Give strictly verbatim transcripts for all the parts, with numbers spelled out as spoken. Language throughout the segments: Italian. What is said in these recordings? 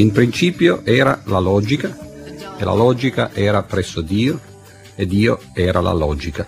In principio era la logica, e la logica era presso Dio, e Dio era la logica.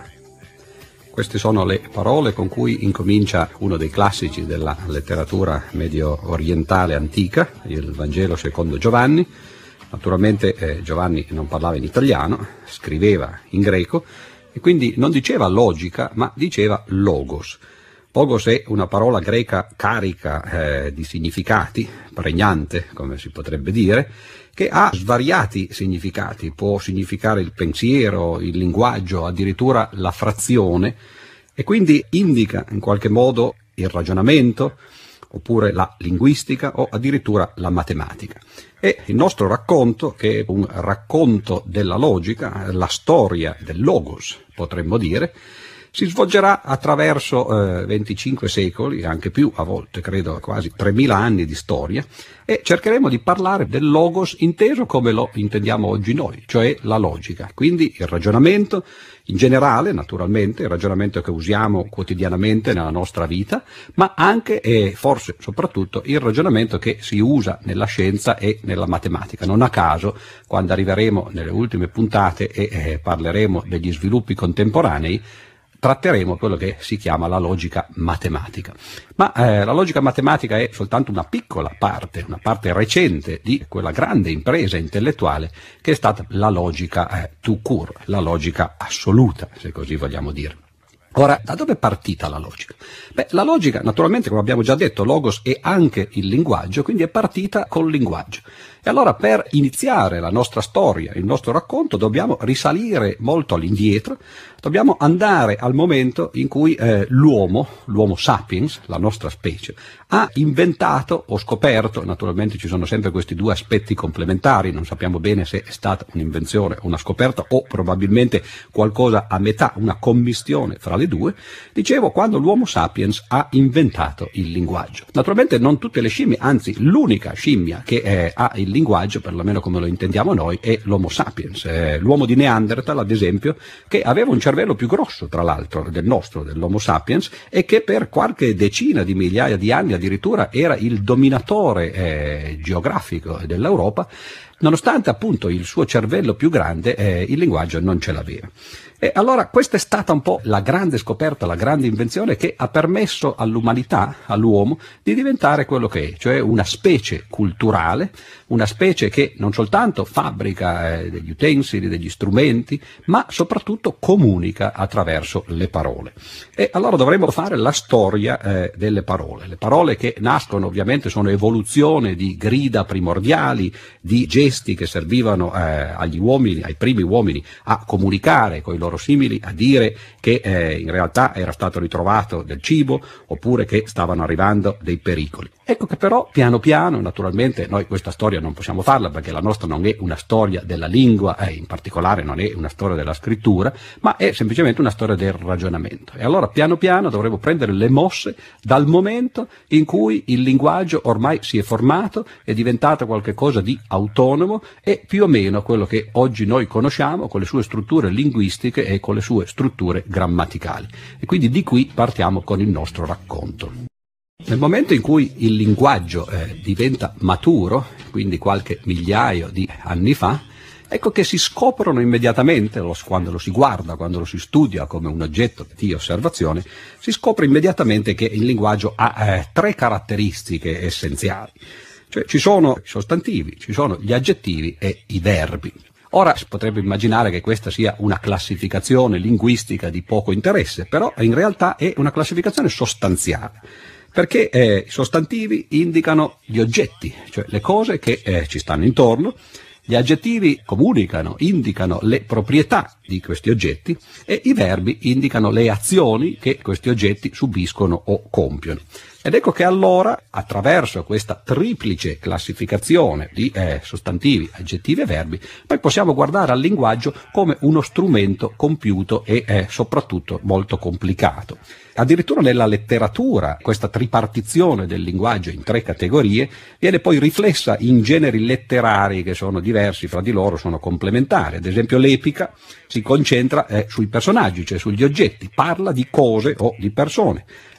Queste sono le parole con cui incomincia uno dei classici della letteratura medio orientale antica, il Vangelo secondo Giovanni. Naturalmente eh, Giovanni non parlava in italiano, scriveva in greco e quindi non diceva logica, ma diceva logos. Logos è una parola greca carica eh, di significati, pregnante, come si potrebbe dire, che ha svariati significati. Può significare il pensiero, il linguaggio, addirittura la frazione, e quindi indica in qualche modo il ragionamento, oppure la linguistica o addirittura la matematica. E il nostro racconto, che è un racconto della logica, la storia del logos, potremmo dire, si svolgerà attraverso eh, venticinque secoli, anche più a volte, credo quasi tremila anni di storia, e cercheremo di parlare del logos inteso come lo intendiamo oggi noi, cioè la logica, quindi il ragionamento in generale, naturalmente, il ragionamento che usiamo quotidianamente nella nostra vita, ma anche e forse soprattutto il ragionamento che si usa nella scienza e nella matematica. Non a caso, quando arriveremo nelle ultime puntate e eh, parleremo degli sviluppi contemporanei, tratteremo quello che si chiama la logica matematica. Ma eh, la logica matematica è soltanto una piccola parte, una parte recente di quella grande impresa intellettuale che è stata la logica eh, tout court, la logica assoluta, se così vogliamo dire. Ora, da dove è partita la logica? Beh, la logica, naturalmente, come abbiamo già detto, logos è anche il linguaggio, quindi è partita col linguaggio. E allora per iniziare la nostra storia, il nostro racconto, dobbiamo risalire molto all'indietro, dobbiamo andare al momento in cui eh, l'uomo, l'uomo sapiens, la nostra specie, ha inventato o scoperto, naturalmente ci sono sempre questi due aspetti complementari, non sappiamo bene se è stata un'invenzione o una scoperta o probabilmente qualcosa a metà, una commistione fra le due, dicevo quando l'uomo sapiens ha inventato il linguaggio. Naturalmente non tutte le scimmie, anzi l'unica scimmia che eh, ha il linguaggio, perlomeno come lo intendiamo noi, è l'Homo sapiens, eh, l'uomo di Neanderthal ad esempio, che aveva un cervello più grosso tra l'altro del nostro, dell'Homo sapiens, e che per qualche decina di migliaia di anni addirittura era il dominatore eh, geografico dell'Europa. Nonostante appunto il suo cervello più grande, eh, il linguaggio non ce l'aveva. E allora questa è stata un po' la grande scoperta, la grande invenzione che ha permesso all'umanità, all'uomo, di diventare quello che è, cioè una specie culturale, una specie che non soltanto fabbrica eh, degli utensili, degli strumenti, ma soprattutto comunica attraverso le parole. E allora dovremmo fare la storia eh, delle parole. Le parole che nascono ovviamente sono evoluzione di grida primordiali, di gesti che servivano eh, agli uomini, ai primi uomini, a comunicare con i loro simili, a dire che eh, in realtà era stato ritrovato del cibo oppure che stavano arrivando dei pericoli. Ecco che però piano piano, naturalmente noi questa storia non possiamo farla perché la nostra non è una storia della lingua e in particolare non è una storia della scrittura, ma è semplicemente una storia del ragionamento. E allora piano piano dovremo prendere le mosse dal momento in cui il linguaggio ormai si è formato, è diventato qualcosa di autonomo e più o meno quello che oggi noi conosciamo con le sue strutture linguistiche e con le sue strutture grammaticali. E quindi di qui partiamo con il nostro racconto. Nel momento in cui il linguaggio eh, diventa maturo, quindi qualche migliaio di anni fa, ecco che si scoprono immediatamente, quando lo si guarda, quando lo si studia come un oggetto di osservazione, si scopre immediatamente che il linguaggio ha eh, tre caratteristiche essenziali. Cioè ci sono i sostantivi, ci sono gli aggettivi e i verbi. Ora si potrebbe immaginare che questa sia una classificazione linguistica di poco interesse, però in realtà è una classificazione sostanziale. Perché eh, i sostantivi indicano gli oggetti, cioè le cose che eh, ci stanno intorno, gli aggettivi comunicano, indicano le proprietà di questi oggetti e i verbi indicano le azioni che questi oggetti subiscono o compiono. Ed ecco che allora, attraverso questa triplice classificazione di eh, sostantivi, aggettivi e verbi, noi possiamo guardare al linguaggio come uno strumento compiuto e eh, soprattutto molto complicato. Addirittura nella letteratura questa tripartizione del linguaggio in tre categorie viene poi riflessa in generi letterari che sono diversi fra di loro, sono complementari. Ad esempio l'epica si concentra eh, sui personaggi, cioè sugli oggetti, parla di cose o di persone.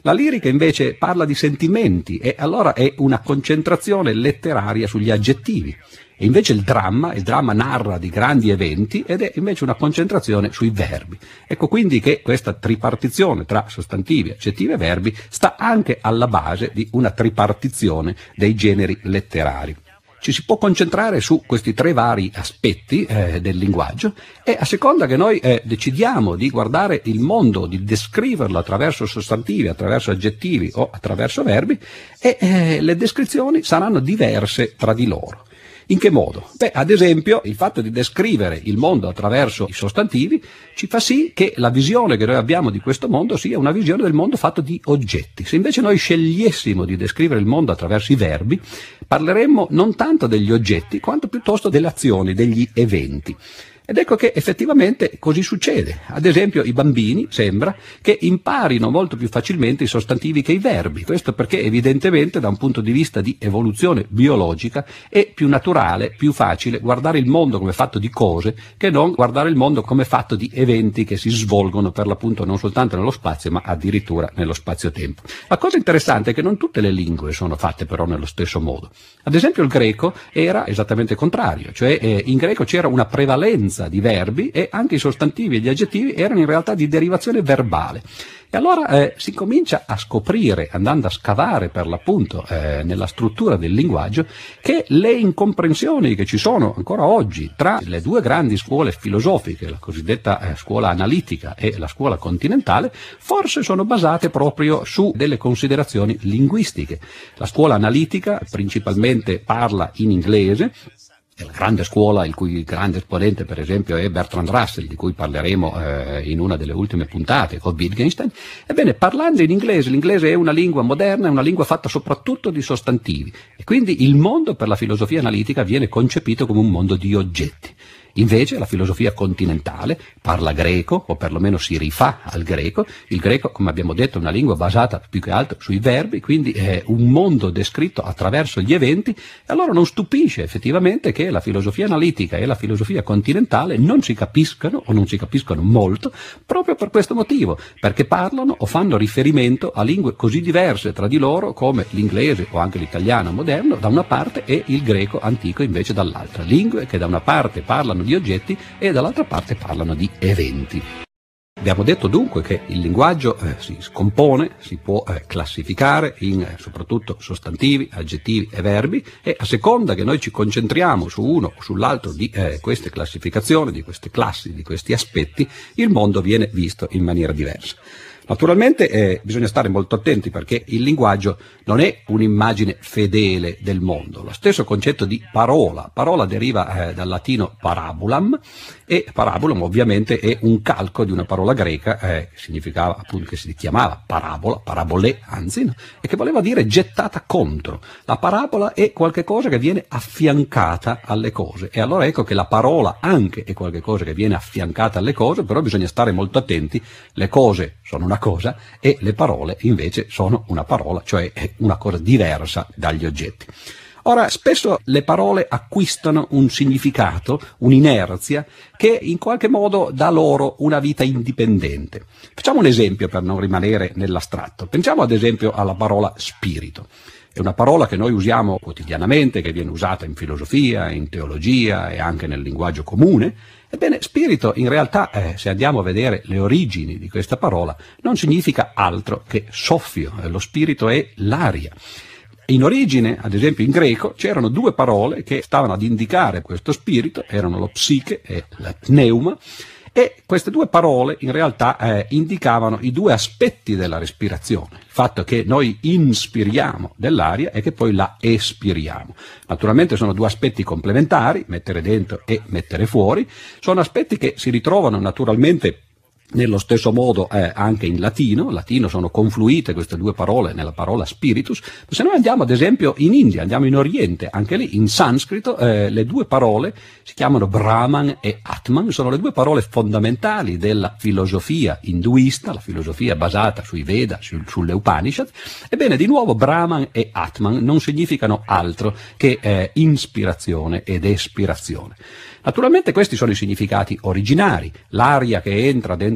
La lirica invece parla di sentimenti e allora è una concentrazione letteraria sugli aggettivi. E invece il dramma, il dramma narra di grandi eventi ed è invece una concentrazione sui verbi. Ecco quindi che questa tripartizione tra sostantivi, aggettivi e verbi sta anche alla base di una tripartizione dei generi letterari. Ci si può concentrare su questi tre vari aspetti eh, del linguaggio e a seconda che noi eh, decidiamo di guardare il mondo, di descriverlo attraverso sostantivi, attraverso aggettivi o attraverso verbi, e, eh, le descrizioni saranno diverse tra di loro. In che modo? Beh, ad esempio, il fatto di descrivere il mondo attraverso i sostantivi ci fa sì che la visione che noi abbiamo di questo mondo sia una visione del mondo fatto di oggetti. Se invece noi scegliessimo di descrivere il mondo attraverso i verbi, parleremmo non tanto degli oggetti, quanto piuttosto delle azioni, degli eventi. Ed ecco che effettivamente così succede. Ad esempio i bambini sembra che imparino molto più facilmente i sostantivi che i verbi. Questo perché evidentemente da un punto di vista di evoluzione biologica è più naturale, più facile guardare il mondo come fatto di cose che non guardare il mondo come fatto di eventi che si svolgono per l'appunto non soltanto nello spazio ma addirittura nello spazio-tempo. La cosa interessante è che non tutte le lingue sono fatte però nello stesso modo. Ad esempio il greco era esattamente il contrario, cioè eh, in greco c'era una prevalenza di verbi e anche i sostantivi e gli aggettivi erano in realtà di derivazione verbale. E allora eh, si comincia a scoprire, andando a scavare per l'appunto eh, nella struttura del linguaggio, che le incomprensioni che ci sono ancora oggi tra le due grandi scuole filosofiche, la cosiddetta eh, scuola analitica e la scuola continentale, forse sono basate proprio su delle considerazioni linguistiche. La scuola analitica principalmente parla in inglese, è la grande scuola il cui grande esponente per esempio è Bertrand Russell, di cui parleremo eh, in una delle ultime puntate con Wittgenstein. Ebbene, parlando in inglese, l'inglese è una lingua moderna, è una lingua fatta soprattutto di sostantivi e quindi il mondo per la filosofia analitica viene concepito come un mondo di oggetti. Invece la filosofia continentale parla greco, o perlomeno si rifà al greco. Il greco, come abbiamo detto, è una lingua basata più che altro sui verbi, quindi è un mondo descritto attraverso gli eventi, e allora non stupisce effettivamente che la filosofia analitica e la filosofia continentale non si capiscano, o non si capiscono molto, proprio per questo motivo, perché parlano o fanno riferimento a lingue così diverse tra di loro come l'inglese o anche l'italiano moderno da una parte e il greco antico invece dall'altra. Lingue che da una parte parlano di oggetti e dall'altra parte parlano di eventi. Abbiamo detto dunque che il linguaggio eh, si scompone, si può eh, classificare in eh, soprattutto sostantivi, aggettivi e verbi, e a seconda che noi ci concentriamo su uno o sull'altro di eh, queste classificazioni, di queste classi, di questi aspetti, il mondo viene visto in maniera diversa. Naturalmente eh, bisogna stare molto attenti perché il linguaggio non è un'immagine fedele del mondo. Lo stesso concetto di parola. Parola deriva eh, dal latino parabolam e parabolam ovviamente è un calco di una parola greca eh, che significava appunto, che si chiamava parabola, parabolè anzi, no? E che voleva dire gettata contro. La parabola è qualche cosa che viene affiancata alle cose e allora ecco che la parola anche è qualche cosa che viene affiancata alle cose, però bisogna stare molto attenti. Le cose sono una cosa e le parole invece sono una parola, cioè una cosa diversa dagli oggetti. Ora, spesso le parole acquistano un significato, un'inerzia, che in qualche modo dà loro una vita indipendente. Facciamo un esempio per non rimanere nell'astratto. Pensiamo ad esempio alla parola spirito. È una parola che noi usiamo quotidianamente, che viene usata in filosofia, in teologia e anche nel linguaggio comune. Ebbene, spirito in realtà, eh, se andiamo a vedere le origini di questa parola, non significa altro che soffio. Lo spirito è l'aria. In origine, ad esempio in greco, c'erano due parole che stavano ad indicare questo spirito, erano lo psiche e la pneuma, e queste due parole in realtà eh, indicavano i due aspetti della respirazione, il fatto che noi inspiriamo dell'aria e che poi la espiriamo. Naturalmente sono due aspetti complementari, mettere dentro e mettere fuori, sono aspetti che si ritrovano naturalmente nello stesso modo eh, anche in latino. In latino sono confluite queste due parole nella parola spiritus. Se noi andiamo ad esempio in India, andiamo in Oriente, anche lì in sanscrito eh, le due parole si chiamano Brahman e Atman, sono le due parole fondamentali della filosofia induista, la filosofia basata sui Veda, sul, sulle Upanishad. Ebbene, di nuovo Brahman e Atman non significano altro che eh, ispirazione ed espirazione. Naturalmente questi sono i significati originari, l'aria che entra dentro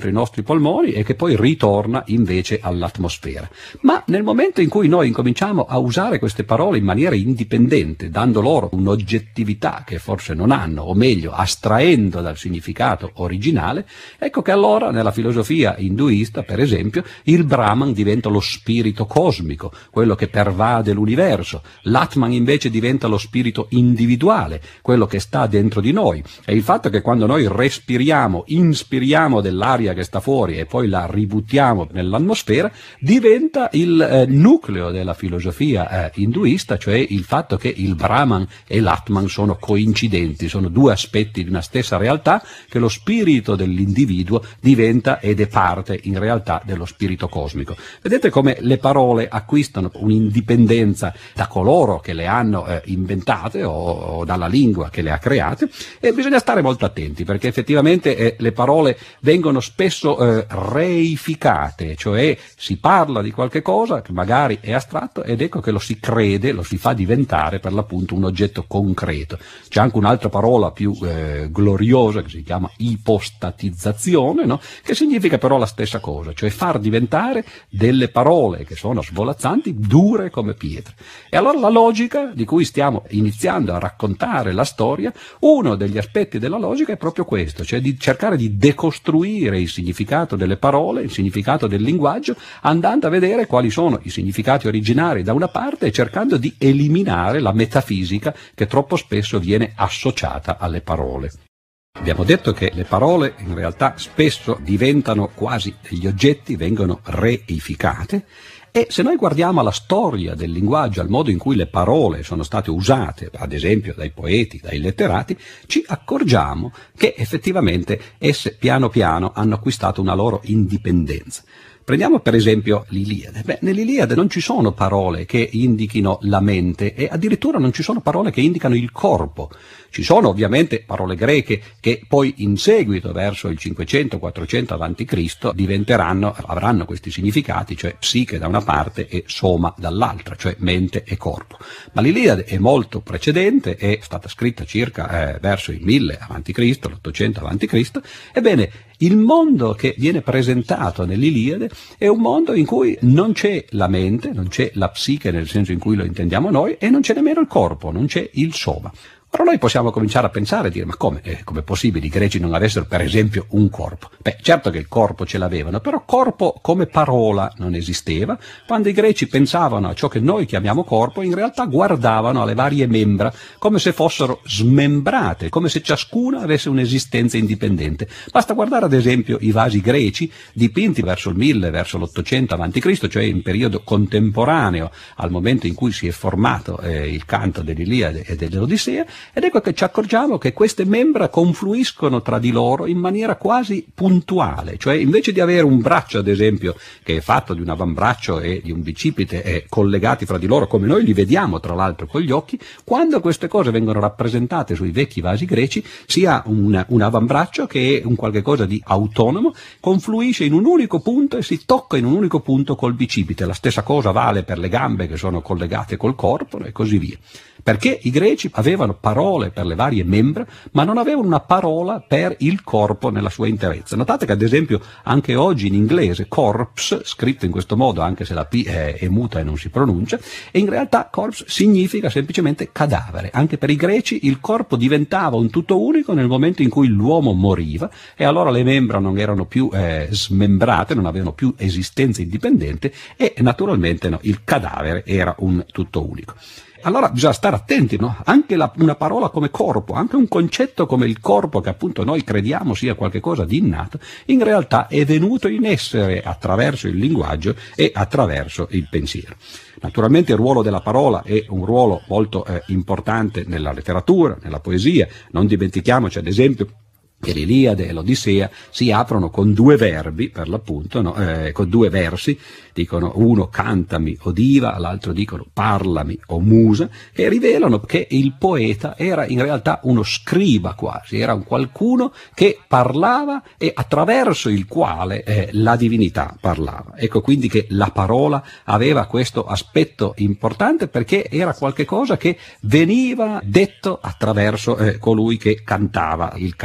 dentro i nostri polmoni e che poi ritorna invece all'atmosfera. Ma nel momento in cui noi incominciamo a usare queste parole in maniera indipendente, dando loro un'oggettività che forse non hanno, o meglio, astraendo dal significato originale, ecco che allora nella filosofia induista, per esempio, il Brahman diventa lo spirito cosmico, quello che pervade l'universo, l'Atman invece diventa lo spirito individuale, quello che sta dentro di noi. E il fatto che quando noi respiriamo, inspiriamo dell'aria che sta fuori e poi la ributtiamo nell'atmosfera, diventa il eh, nucleo della filosofia eh, induista, cioè il fatto che il Brahman e l'Atman sono coincidenti, sono due aspetti di una stessa realtà, che lo spirito dell'individuo diventa ed è parte in realtà dello spirito cosmico. Vedete come le parole acquistano un'indipendenza da coloro che le hanno eh, inventate o, o dalla lingua che le ha create, e bisogna stare molto attenti perché effettivamente eh, le parole vengono spesso eh, reificate, cioè si parla di qualche cosa che magari è astratto ed ecco che lo si crede, lo si fa diventare per l'appunto un oggetto concreto. C'è anche un'altra parola più eh, gloriosa che si chiama ipostatizzazione, no? Che significa però la stessa cosa, cioè far diventare delle parole che sono svolazzanti dure come pietre. E allora la logica di cui stiamo iniziando a raccontare la storia, uno degli aspetti della logica è proprio questo, cioè di cercare di decostruire il significato delle parole, il significato del linguaggio, andando a vedere quali sono i significati originari da una parte e cercando di eliminare la metafisica che troppo spesso viene associata alle parole. Abbiamo detto che le parole in realtà spesso diventano quasi degli oggetti, vengono reificate, e se noi guardiamo alla storia del linguaggio, al modo in cui le parole sono state usate, ad esempio dai poeti, dai letterati, ci accorgiamo che effettivamente esse piano piano hanno acquistato una loro indipendenza. Prendiamo per esempio l'Iliade. Beh, nell'Iliade non ci sono parole che indichino la mente e addirittura non ci sono parole che indicano il corpo. Ci sono ovviamente parole greche che poi in seguito, verso il cinquecento quattrocento avanti Cristo, diventeranno, avranno questi significati, cioè psiche da una parte e soma dall'altra, cioè mente e corpo. Ma l'Iliade è molto precedente, è stata scritta circa eh, verso il mille avanti Cristo, l'ottocento avanti Cristo. Ebbene, il mondo che viene presentato nell'Iliade è un mondo in cui non c'è la mente, non c'è la psiche nel senso in cui lo intendiamo noi, e non c'è nemmeno il corpo, non c'è il soma. Ora noi possiamo cominciare a pensare e dire, ma come? Eh, com'è possibile i greci non avessero per esempio un corpo? Beh, certo che il corpo ce l'avevano, però corpo come parola non esisteva. Quando i greci pensavano a ciò che noi chiamiamo corpo, in realtà guardavano alle varie membra come se fossero smembrate, come se ciascuna avesse un'esistenza indipendente. Basta guardare ad esempio i vasi greci dipinti verso il mille, verso l'ottocento avanti Cristo, cioè in periodo contemporaneo al momento in cui si è formato eh, il canto dell'Iliade e dell'Odissea. Ed ecco che ci accorgiamo che queste membra confluiscono tra di loro in maniera quasi puntuale, cioè invece di avere un braccio ad esempio che è fatto di un avambraccio e di un bicipite e collegati fra di loro come noi li vediamo tra l'altro con gli occhi, quando queste cose vengono rappresentate sui vecchi vasi greci si ha un, un avambraccio che è un qualche cosa di autonomo, confluisce in un unico punto e si tocca in un unico punto col bicipite. La stessa cosa vale per le gambe che sono collegate col corpo e così via. Perché i greci avevano parole per le varie membra, ma non avevano una parola per il corpo nella sua interezza. Notate che ad esempio anche oggi in inglese corpse, scritto in questo modo anche se la P è, è muta e non si pronuncia, e in realtà corpse significa semplicemente cadavere. Anche per i greci il corpo diventava un tutto unico nel momento in cui l'uomo moriva e allora le membra non erano più eh, smembrate, non avevano più esistenza indipendente e naturalmente no, il cadavere era un tutto unico. Allora bisogna stare attenti, no? Anche la, una parola come corpo, anche un concetto come il corpo che appunto noi crediamo sia qualche cosa di innato, in realtà è venuto in essere attraverso il linguaggio e attraverso il pensiero. Naturalmente il ruolo della parola è un ruolo molto eh, importante nella letteratura, nella poesia. Non dimentichiamoci ad esempio che l'Iliade e l'Odissea si aprono con due verbi, per l'appunto, no? eh, con due versi, dicono uno cantami o diva, l'altro dicono parlami o musa, che rivelano che il poeta era in realtà uno scriba quasi, era un qualcuno che parlava e attraverso il quale eh, la divinità parlava. Ecco quindi che la parola aveva questo aspetto importante perché era qualche cosa che veniva detto attraverso eh, colui che cantava il canto poetico.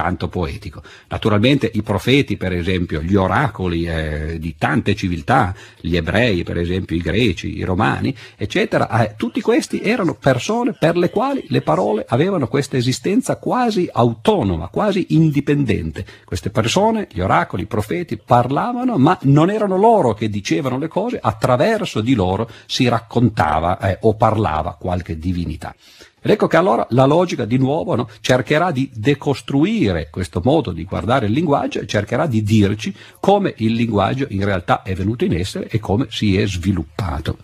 poetico. Naturalmente i profeti, per esempio, gli oracoli eh, di tante civiltà, gli ebrei, per esempio, i greci, i romani, eccetera, eh, tutti questi erano persone per le quali le parole avevano questa esistenza quasi autonoma, quasi indipendente. Queste persone, gli oracoli, i profeti, parlavano, ma non erano loro che dicevano le cose, attraverso di loro si raccontava eh, o parlava qualche divinità. Ed ecco che allora la logica di nuovo no, cercherà di decostruire questo modo di guardare il linguaggio e cercherà di dirci come il linguaggio in realtà è venuto in essere e come si è sviluppato.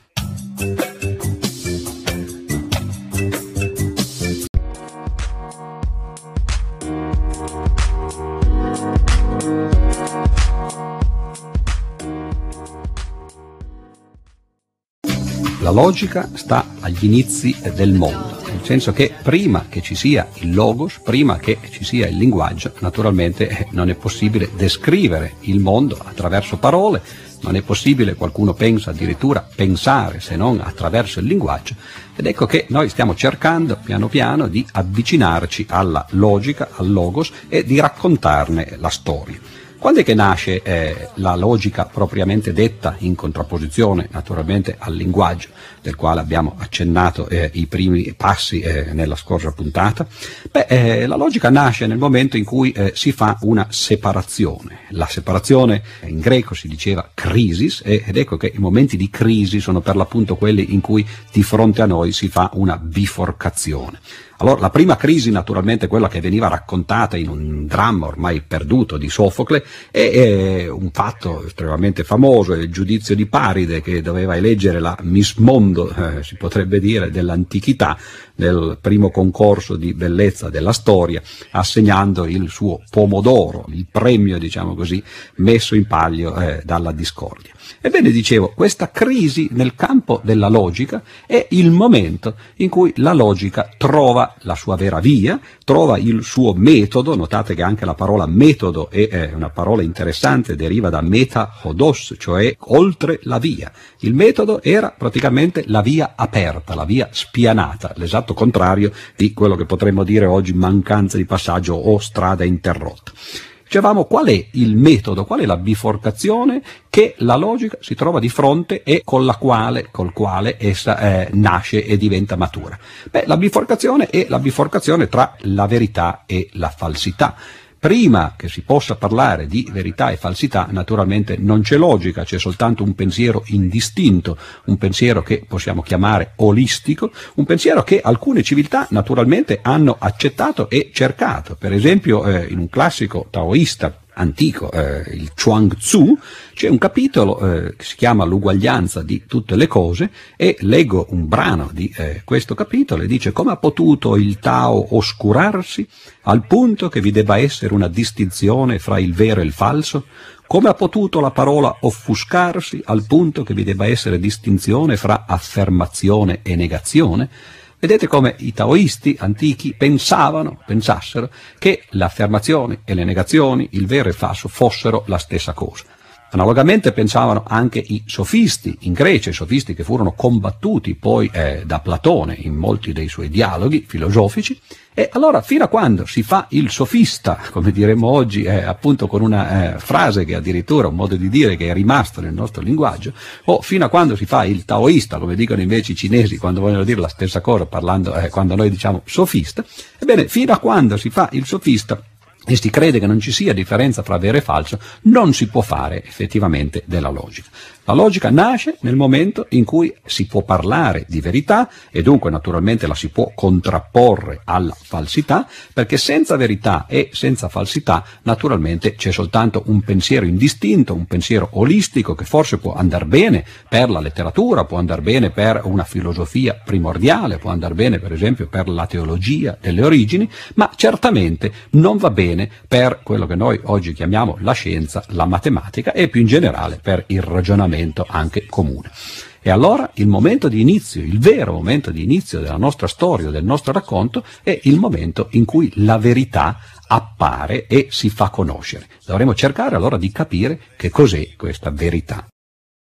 La logica sta agli inizi del mondo, nel senso che prima che ci sia il logos, prima che ci sia il linguaggio, naturalmente eh, non è possibile descrivere il mondo attraverso parole, non è possibile, qualcuno pensa addirittura pensare se non attraverso il linguaggio, ed ecco che noi stiamo cercando piano piano di avvicinarci alla logica, al logos e di raccontarne la storia. Quando è che nasce eh, la logica propriamente detta, in contrapposizione naturalmente al linguaggio, del quale abbiamo accennato eh, i primi passi eh, nella scorsa puntata? Beh, eh, la logica nasce nel momento in cui eh, si fa una separazione. La separazione in greco si diceva crisis, eh, ed ecco che i momenti di crisi sono per l'appunto quelli in cui di fronte a noi si fa una biforcazione. Allora, la prima crisi, naturalmente, quella che veniva raccontata in un dramma ormai perduto di Sofocle, è, è un fatto estremamente famoso, è il giudizio di Paride, che doveva eleggere la Miss Mondo, eh, si potrebbe dire, dell'antichità, nel primo concorso di bellezza della storia, assegnando il suo pomodoro, il premio, diciamo così, messo in palio eh, dalla discordia. Ebbene, dicevo, questa crisi nel campo della logica è il momento in cui la logica trova la sua vera via, trova il suo metodo. Notate che anche la parola metodo è eh, una parola interessante, deriva da meta hodos, cioè oltre la via. Il metodo era praticamente la via aperta, la via spianata, l'esatto contrario di quello che potremmo dire oggi mancanza di passaggio o strada interrotta. Dicevamo, qual è il metodo, qual è la biforcazione che la logica si trova di fronte e con la quale, col quale essa eh, nasce e diventa matura? Beh, la biforcazione è la biforcazione tra la verità e la falsità. Prima che si possa parlare di verità e falsità, naturalmente non c'è logica, c'è soltanto un pensiero indistinto, un pensiero che possiamo chiamare olistico, un pensiero che alcune civiltà naturalmente hanno accettato e cercato. Per esempio, eh, in un classico taoista antico, eh, il Chuang Tzu, c'è un capitolo eh, che si chiama L'uguaglianza di tutte le cose, e leggo un brano di eh, questo capitolo e dice: come ha potuto il Tao oscurarsi al punto che vi debba essere una distinzione fra il vero e il falso? Come ha potuto la parola offuscarsi al punto che vi debba essere distinzione fra affermazione e negazione? Vedete come i taoisti antichi pensavano, pensassero che le affermazioni e le negazioni, il vero e il falso, fossero la stessa cosa. Analogamente pensavano anche i sofisti in Grecia, i sofisti che furono combattuti poi eh, da Platone in molti dei suoi dialoghi filosofici. E allora, fino a quando si fa il sofista, come diremmo oggi, eh, appunto con una eh, frase che addirittura un modo di dire che è rimasto nel nostro linguaggio, o fino a quando si fa il taoista, come dicono invece i cinesi quando vogliono dire la stessa cosa, parlando eh, quando noi diciamo sofista, ebbene, fino a quando si fa il sofista e si crede che non ci sia differenza fra vero e falso, non si può fare effettivamente della logica. La logica nasce nel momento in cui si può parlare di verità e dunque naturalmente la si può contrapporre alla falsità, perché senza verità e senza falsità naturalmente c'è soltanto un pensiero indistinto, un pensiero olistico che forse può andare bene per la letteratura, può andare bene per una filosofia primordiale, può andare bene per esempio per la teologia delle origini, ma certamente non va bene per quello che noi oggi chiamiamo la scienza, la matematica e più in generale per il ragionamento anche comune. E allora il momento di inizio, il vero momento di inizio della nostra storia, del nostro racconto, è il momento in cui la verità appare e si fa conoscere. Dovremo cercare allora di capire che cos'è questa verità.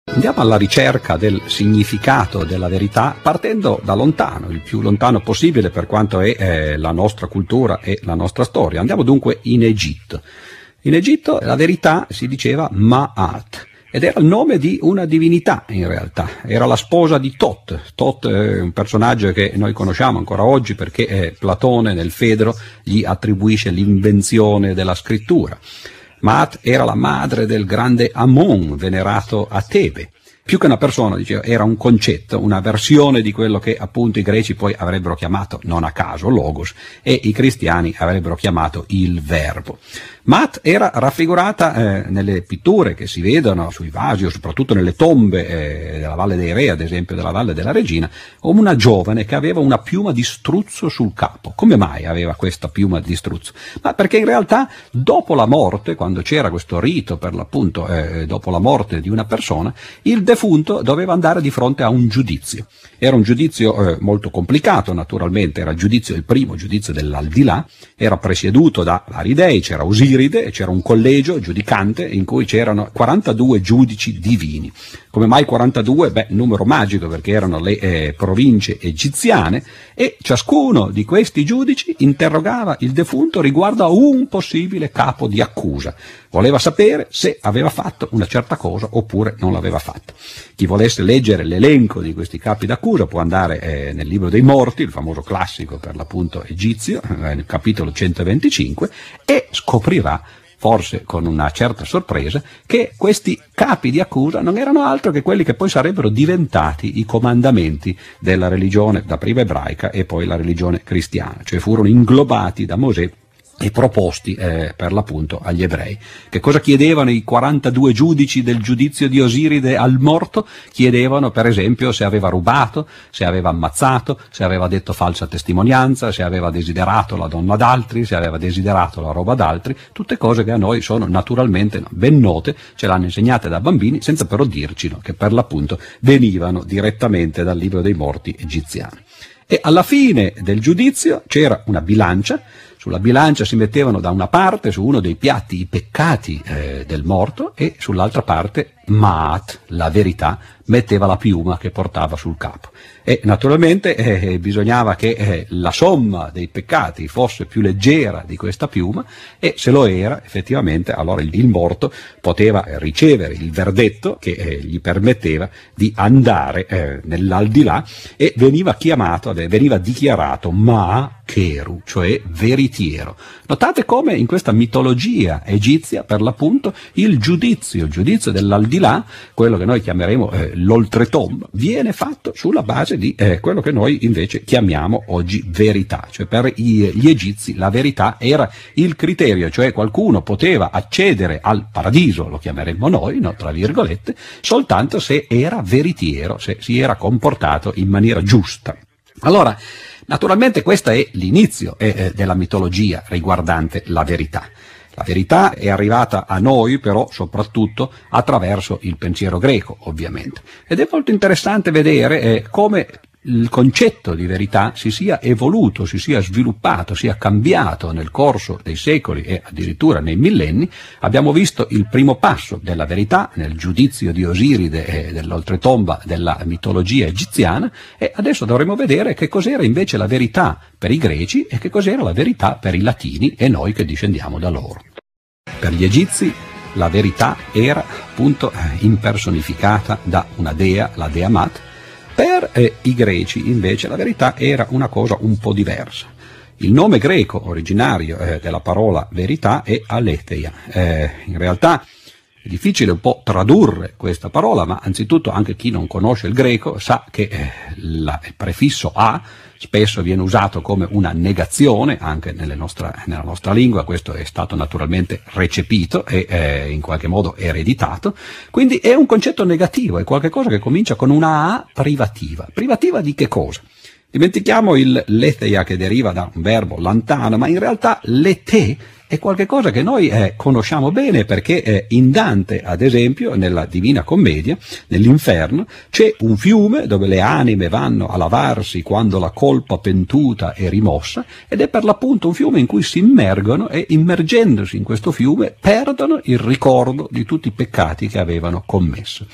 Andiamo alla ricerca del significato della verità partendo da lontano, il più lontano possibile per quanto è eh, la nostra cultura e la nostra storia. Andiamo dunque in Egitto. In Egitto la verità si diceva Ma'at ed era il nome di una divinità in realtà, era la sposa di Tot. Tot è un personaggio che noi conosciamo ancora oggi perché eh, Platone nel Fedro gli attribuisce l'invenzione della scrittura. Ma'at era la madre del grande Amon, venerato a Tebe. Più che una persona, diceva, era un concetto, una versione di quello che appunto i greci poi avrebbero chiamato, non a caso, logos, e i cristiani avrebbero chiamato il verbo. Ma'at era raffigurata eh, nelle pitture che si vedono sui vasi o soprattutto nelle tombe eh, della Valle dei Re, ad esempio della Valle della Regina, come una giovane che aveva una piuma di struzzo sul capo. Come mai aveva questa piuma di struzzo? Ma perché in realtà dopo la morte, quando c'era questo rito per l'appunto eh, dopo la morte di una persona, il defunto doveva andare di fronte a un giudizio. Era un giudizio eh, molto complicato naturalmente, era il giudizio, il primo giudizio dell'aldilà, era presieduto da vari dei, c'era Osiride, e c'era un collegio giudicante in cui c'erano quarantadue giudici divini. Come mai quarantadue? Beh, numero magico perché erano le eh, province egiziane e ciascuno di questi giudici interrogava il defunto riguardo a un possibile capo di accusa. Voleva sapere se aveva fatto una certa cosa oppure non l'aveva fatta. Chi volesse leggere l'elenco di questi capi d'accusa può andare eh, nel libro dei morti, il famoso classico per l'appunto egizio, eh, nel capitolo centoventicinque, e scoprirà, forse con una certa sorpresa, che questi capi di accusa non erano altro che quelli che poi sarebbero diventati i comandamenti della religione, da prima ebraica e poi la religione cristiana, cioè furono inglobati da Mosè e proposti eh, per l'appunto agli ebrei. Che cosa chiedevano i quarantadue giudici del giudizio di Osiride al morto? Chiedevano per esempio se aveva rubato, se aveva ammazzato, se aveva detto falsa testimonianza, se aveva desiderato la donna d'altri, se aveva desiderato la roba d'altri, tutte cose che a noi sono naturalmente ben note, ce l'hanno insegnate da bambini, senza però dircino che per l'appunto venivano direttamente dal libro dei morti egiziano. E alla fine del giudizio c'era una bilancia. Sulla bilancia si mettevano da una parte, su uno dei piatti, i peccati eh, del morto e sull'altra parte Ma'at, la verità, metteva la piuma che portava sul capo. E naturalmente eh, bisognava che eh, la somma dei peccati fosse più leggera di questa piuma e se lo era effettivamente allora il, il morto poteva ricevere il verdetto che eh, gli permetteva di andare eh, nell'aldilà e veniva chiamato, veniva dichiarato Ma'keru, cioè veritiero. Notate come in questa mitologia egizia per l'appunto il giudizio, il giudizio dell'aldilà, quello che noi chiameremo eh, l'oltretomba, viene fatto sulla base di eh, quello che noi invece chiamiamo oggi verità, cioè per i, gli egizi la verità era il criterio, cioè qualcuno poteva accedere al paradiso, lo chiameremmo noi, no, tra virgolette, soltanto se era veritiero, se si era comportato in maniera giusta. Allora, naturalmente questo è l'inizio eh, della mitologia riguardante la verità. La verità è arrivata a noi però soprattutto attraverso il pensiero greco, ovviamente. Ed è molto interessante vedere eh, come il concetto di verità si sia evoluto, si sia sviluppato, sia cambiato nel corso dei secoli e addirittura nei millenni. Abbiamo visto il primo passo della verità nel giudizio di Osiride e dell'oltretomba della mitologia egiziana e adesso dovremo vedere che cos'era invece la verità per i greci e che cos'era la verità per i latini e noi che discendiamo da loro. Per gli egizi la verità era appunto impersonificata da una dea, la dea Mat. Per eh, i greci invece la verità era una cosa un po' diversa. Il nome greco originario eh, della parola verità è aletheia. Eh, in realtà è difficile un po' tradurre questa parola, ma anzitutto anche chi non conosce il greco sa che eh, la, il prefisso a spesso viene usato come una negazione anche nelle nostra, nella nostra lingua, questo è stato naturalmente recepito e eh, in qualche modo ereditato, quindi è un concetto negativo, è qualcosa che comincia con una A privativa. Privativa di che cosa? Dimentichiamo il letheia che deriva da un verbo lantano, ma in realtà lete è qualcosa che noi eh, conosciamo bene perché eh, in Dante, ad esempio, nella Divina Commedia, nell'Inferno, c'è un fiume dove le anime vanno a lavarsi quando la colpa pentuta è rimossa ed è per l'appunto un fiume in cui si immergono e immergendosi in questo fiume perdono il ricordo di tutti i peccati che avevano commesso.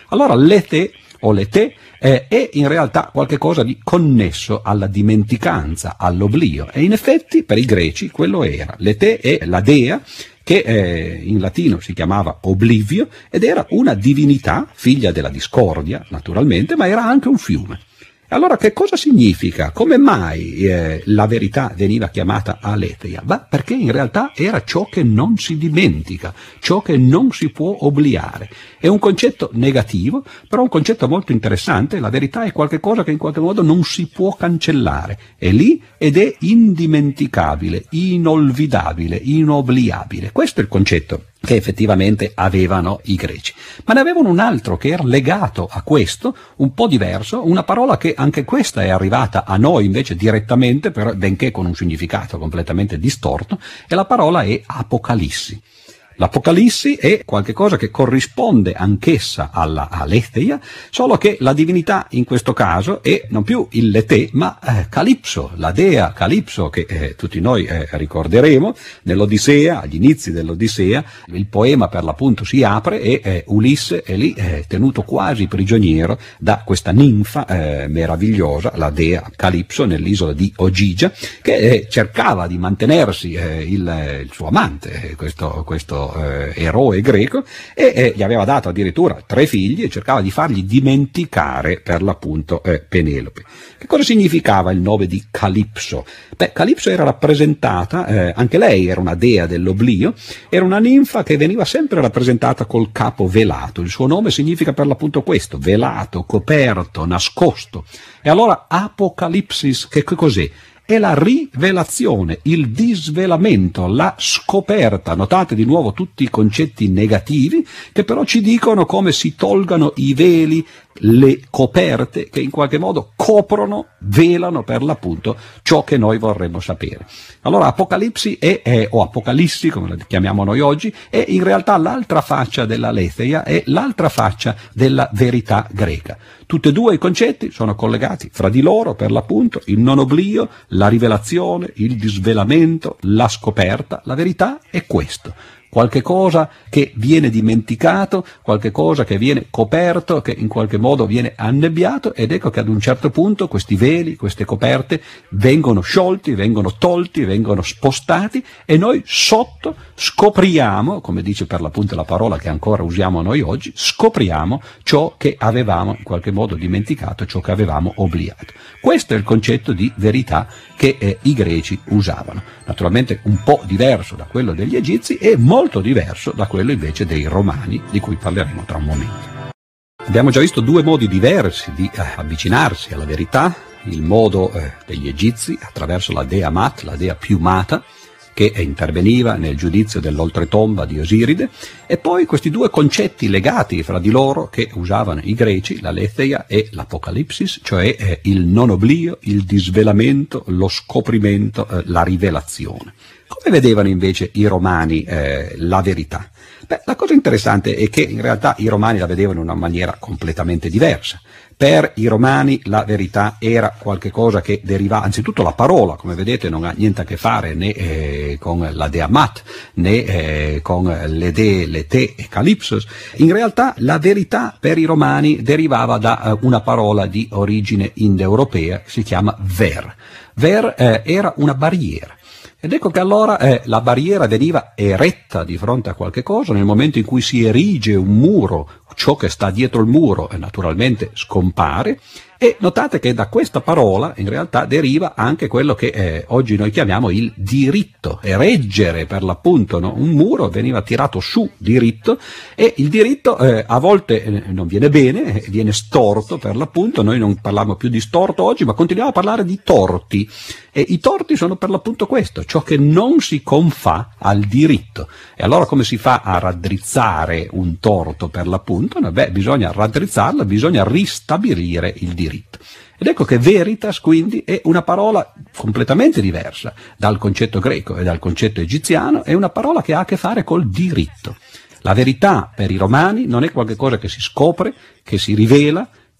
Allora l'ete o l'ete eh, è in realtà qualcosa di connesso alla dimenticanza, all'oblio, e in effetti per i greci quello era. L'ete è la dea, che eh, in latino si chiamava Oblivio, ed era una divinità, figlia della discordia naturalmente, ma era anche un fiume. Allora che cosa significa? Come mai eh, la verità veniva chiamata aletheia? Beh, perché in realtà era ciò che non si dimentica, ciò che non si può obliare. È un concetto negativo, però un concetto molto interessante. La verità è qualcosa che in qualche modo non si può cancellare. È lì ed è indimenticabile, inolvidabile, inobliabile. Questo è il concetto che effettivamente avevano i greci. Ma ne avevano un altro che era legato a questo, un po' diverso, una parola che anche questa è arrivata a noi invece direttamente, però, benché con un significato completamente distorto, e la parola è Apocalissi. L'Apocalissi è qualcosa che corrisponde anch'essa alla aletheia, solo che la divinità in questo caso è non più il Lete, ma eh, Calipso, la dea Calipso, che eh, tutti noi eh, ricorderemo. Nell'Odissea, agli inizi dell'Odissea, il poema per l'appunto si apre e eh, Ulisse è lì eh, tenuto quasi prigioniero da questa ninfa eh, meravigliosa, la dea Calipso, nell'isola di Ogygia, che eh, cercava di mantenersi eh, il, il suo amante, eh, questo, questo Eh, eroe greco, e eh, gli aveva dato addirittura tre figli e cercava di fargli dimenticare per l'appunto eh, Penelope. Che cosa significava il nome di Calipso? Beh, Calipso era rappresentata, eh, anche lei era una dea dell'oblio, era una ninfa che veniva sempre rappresentata col capo velato. Il suo nome significa per l'appunto questo, velato, coperto, nascosto. E allora Apocalipsis, che, che cos'è? È la rivelazione, il disvelamento, la scoperta. Notate di nuovo tutti i concetti negativi che però ci dicono come si tolgano i veli, le coperte che in qualche modo coprono, velano per l'appunto ciò che noi vorremmo sapere. Allora Apocalipsi è, è, o Apocalissi come la chiamiamo noi oggi, è in realtà l'altra faccia dell'aletheia, è l'altra faccia della verità greca. Tutti e due i concetti sono collegati fra di loro per l'appunto, il non oblio, la rivelazione, il disvelamento, la scoperta. La verità è questo. Qualche cosa che viene dimenticato, qualche cosa che viene coperto, che in qualche modo viene annebbiato, ed ecco che ad un certo punto questi veli, queste coperte vengono sciolti, vengono tolti, vengono spostati, e noi sotto scopriamo, come dice per l'appunto la parola che ancora usiamo noi oggi, scopriamo ciò che avevamo in qualche modo dimenticato, ciò che avevamo obliato. Questo è il concetto di verità che eh, i greci usavano. Naturalmente un po' diverso da quello degli egizi e molto diverso da quello invece dei romani, di cui parleremo tra un momento. Abbiamo già visto due modi diversi di eh, avvicinarsi alla verità: il modo eh, degli egizi attraverso la dea Mat, la dea piumata, che interveniva nel giudizio dell'oltretomba di Osiride, e poi questi due concetti legati fra di loro che usavano i greci, l'aletheia e l'apocalipsis, cioè eh, il non oblio, il disvelamento, lo scoprimento, eh, la rivelazione. Come vedevano invece i romani eh, la verità? Beh, la cosa interessante è che in realtà i romani la vedevano in una maniera completamente diversa. Per i romani la verità era qualche cosa che deriva, anzitutto la parola, come vedete, non ha niente a che fare né eh, con la dea Mat, né eh, con le dee Lete e Calipsos. In realtà la verità per i romani derivava da eh, una parola di origine indoeuropea che si chiama ver. Ver eh, era una barriera. Ed ecco che allora eh, la barriera veniva eretta di fronte a qualche cosa. Nel momento in cui si erige un muro, ciò che sta dietro il muro eh, naturalmente scompare. E notate che da questa parola in realtà deriva anche quello che eh, oggi noi chiamiamo il diritto. Ereggere per l'appunto, no? Un muro veniva tirato su diritto, e il diritto eh, a volte eh, non viene bene, eh, viene storto per l'appunto. Noi non parliamo più di storto oggi, ma continuiamo a parlare di torti, e i torti sono per l'appunto questo, ciò che non si confà al diritto. E allora come si fa a raddrizzare un torto per l'appunto? No, beh, bisogna raddrizzarlo, bisogna ristabilire il diritto. Ed ecco che veritas quindi è una parola completamente diversa dal concetto greco e dal concetto egiziano, è una parola che ha a che fare col diritto. La verità per i romani non è qualcosa che si scopre, che si rivela,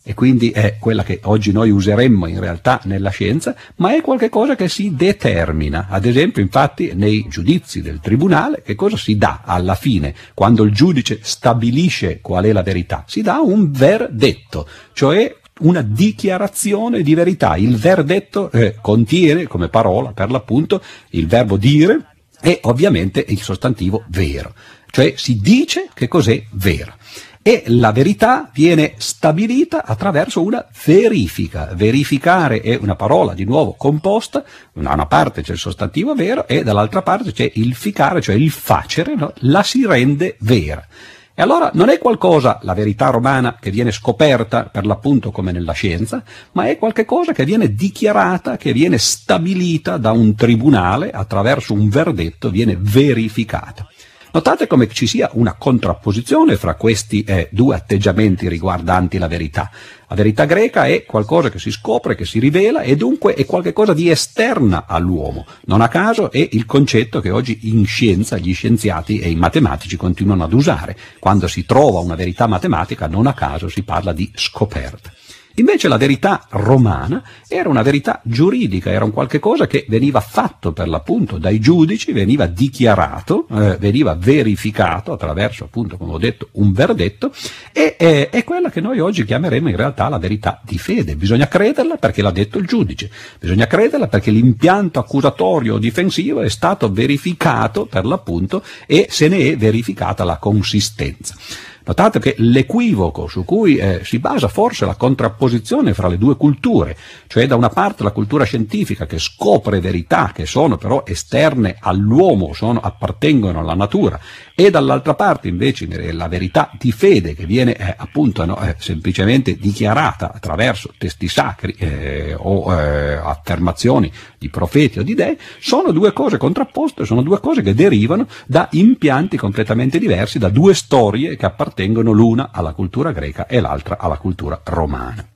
e quindi è quella che oggi noi useremmo in realtà nella scienza, ma è qualcosa che si determina. Ad esempio, infatti, nei giudizi del tribunale, che cosa si dà alla fine, quando il giudice stabilisce qual è la verità? Si dà un verdetto, cioè una dichiarazione di verità. Il verdetto eh, contiene come parola, per l'appunto, il verbo dire e ovviamente il sostantivo vero, cioè si dice che cos'è vero. E la verità viene stabilita attraverso una verifica. Verificare è una parola di nuovo composta, da una parte c'è il sostantivo vero e dall'altra parte c'è il ficare, cioè il facere, no? La si rende vera. E allora non è qualcosa, la verità romana, che viene scoperta per l'appunto come nella scienza, ma è qualche cosa che viene dichiarata, che viene stabilita da un tribunale attraverso un verdetto, viene verificata. Notate come ci sia una contrapposizione fra questi eh, due atteggiamenti riguardanti la verità. La verità greca è qualcosa che si scopre, che si rivela e dunque è qualcosa di esterna all'uomo. Non a caso è il concetto che oggi in scienza gli scienziati e i matematici continuano ad usare. Quando si trova una verità matematica, non a caso si parla di scoperta. Invece la verità romana era una verità giuridica, era un qualche cosa che veniva fatto per l'appunto dai giudici, veniva dichiarato, eh, veniva verificato attraverso appunto, come ho detto, un verdetto e eh, è quella che noi oggi chiameremo in realtà la verità di fede. Bisogna crederla perché l'ha detto il giudice, bisogna crederla perché l'impianto accusatorio o difensivo è stato verificato per l'appunto e se ne è verificata la consistenza. Notate che l'equivoco su cui eh, si basa forse la contrapposizione fra le due culture, cioè da una parte la cultura scientifica che scopre verità che sono però esterne all'uomo, sono, appartengono alla natura, e dall'altra parte invece la verità di fede che viene eh, appunto no, eh, semplicemente dichiarata attraverso testi sacri eh, o eh, affermazioni di profeti o di dei, sono due cose contrapposte, sono due cose che derivano da impianti completamente diversi, da due storie che appartengono l'una alla cultura greca e l'altra alla cultura romana.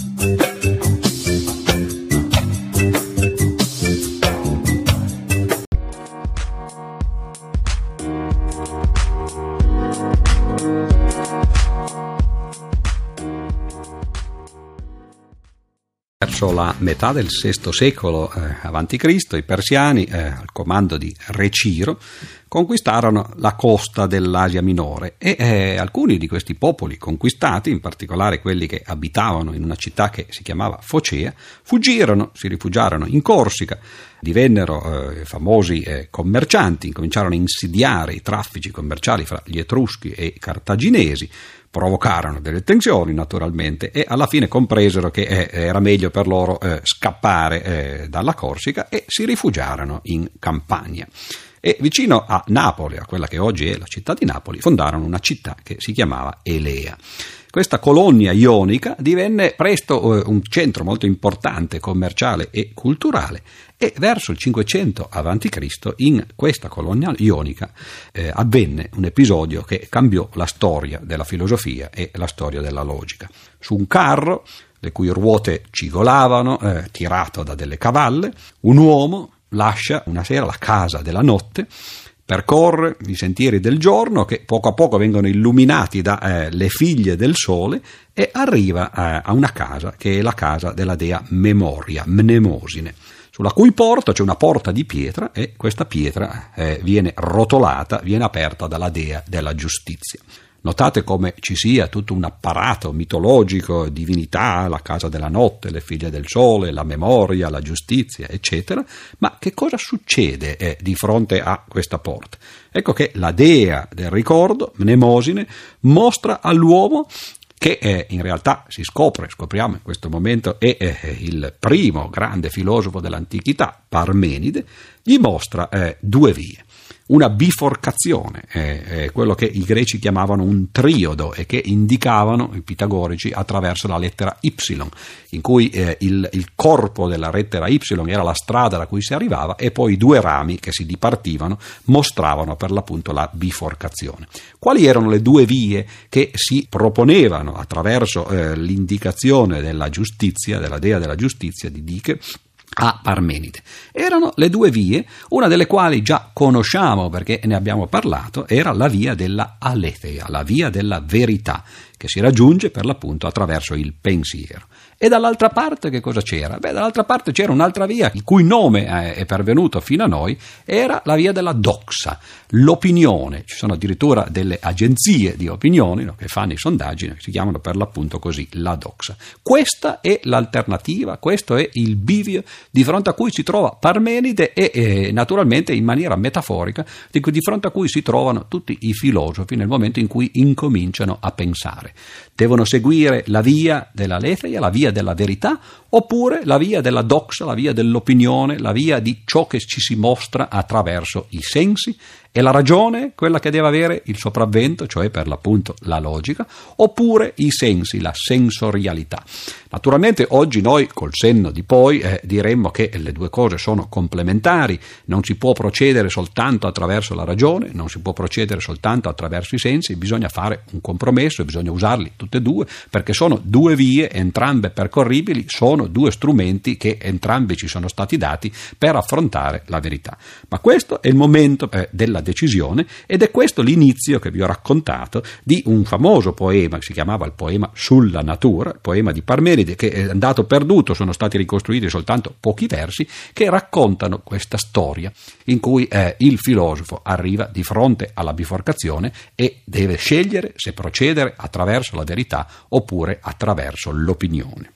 Verso la metà del sesto secolo eh, avanti Cristo i persiani, eh, al comando di Re Ciro, conquistarono la costa dell'Asia Minore e eh, alcuni di questi popoli conquistati, in particolare quelli che abitavano in una città che si chiamava Focea, fuggirono, si rifugiarono in Corsica, divennero eh, famosi eh, commercianti, incominciarono a insidiare i traffici commerciali fra gli Etruschi e i Cartaginesi, provocarono delle tensioni naturalmente e alla fine compresero che eh, era meglio per loro eh, scappare eh, dalla Corsica e si rifugiarono in Campania. E vicino a Napoli, a quella che oggi è la città di Napoli, fondarono una città che si chiamava Elea. Questa colonia ionica divenne presto eh, un centro molto importante commerciale e culturale e verso il cinquecento avanti Cristo in questa colonia ionica eh, avvenne un episodio che cambiò la storia della filosofia e la storia della logica. Su un carro, le cui ruote cigolavano, eh, tirato da delle cavalle, un uomo lascia una sera la casa della notte, percorre i sentieri del giorno che poco a poco vengono illuminati dalle eh, figlie del sole e arriva eh, a una casa che è la casa della dea Memoria, Mnemosine, sulla cui porta c'è una porta di pietra e questa pietra eh, viene rotolata, viene aperta dalla dea della giustizia. Notate come ci sia tutto un apparato mitologico, divinità, la casa della notte, le figlie del sole, la memoria, la giustizia, eccetera. Ma che cosa succede eh, di fronte a questa porta? Ecco che la dea del ricordo, Mnemosine, mostra all'uomo che eh, in realtà si scopre, scopriamo in questo momento, è eh, il primo grande filosofo dell'antichità, Parmenide, gli mostra eh, due vie. Una biforcazione, eh, eh, quello che i greci chiamavano un triodo e che indicavano i pitagorici attraverso la lettera Y, in cui eh, il, il corpo della lettera Y era la strada da cui si arrivava e poi i due rami che si dipartivano mostravano per l'appunto la biforcazione. Quali erano le due vie che si proponevano attraverso eh, l'indicazione della giustizia, della dea della giustizia di Dike, a Parmenide. Erano le due vie, una delle quali già conosciamo perché ne abbiamo parlato, era la via della aletheia, la via della verità, che si raggiunge per l'appunto attraverso il pensiero. E dall'altra parte che cosa c'era? Beh, dall'altra parte c'era un'altra via, il cui nome è pervenuto fino a noi, era la via della doxa, l'opinione. Ci sono addirittura delle agenzie di opinioni, no, che fanno i sondaggi, che si chiamano per l'appunto così, la doxa. Questa è l'alternativa, questo è il bivio di fronte a cui si trova Parmenide e eh, naturalmente in maniera metaforica di, di fronte a cui si trovano tutti i filosofi nel momento in cui incominciano a pensare. Devono seguire la via dell'aletheia, la via della verità, oppure la via della doxa, la via dell'opinione, la via di ciò che ci si mostra attraverso i sensi. È la ragione quella che deve avere il sopravvento, cioè per l'appunto la logica, oppure i sensi, la sensorialità. Naturalmente oggi noi col senno di poi eh, diremmo che le due cose sono complementari, non si può procedere soltanto attraverso la ragione, non si può procedere soltanto attraverso i sensi, bisogna fare un compromesso e bisogna usarli tutte e due, perché sono due vie, entrambe percorribili, sono due strumenti che entrambi ci sono stati dati per affrontare la verità. Ma questo è il momento eh, della decisione ed è questo l'inizio che vi ho raccontato di un famoso poema che si chiamava il poema sulla natura, il poema di Parmenide, che è andato perduto, sono stati ricostruiti soltanto pochi versi che raccontano questa storia in cui eh, il filosofo arriva di fronte alla biforcazione e deve scegliere se procedere attraverso la verità oppure attraverso l'opinione.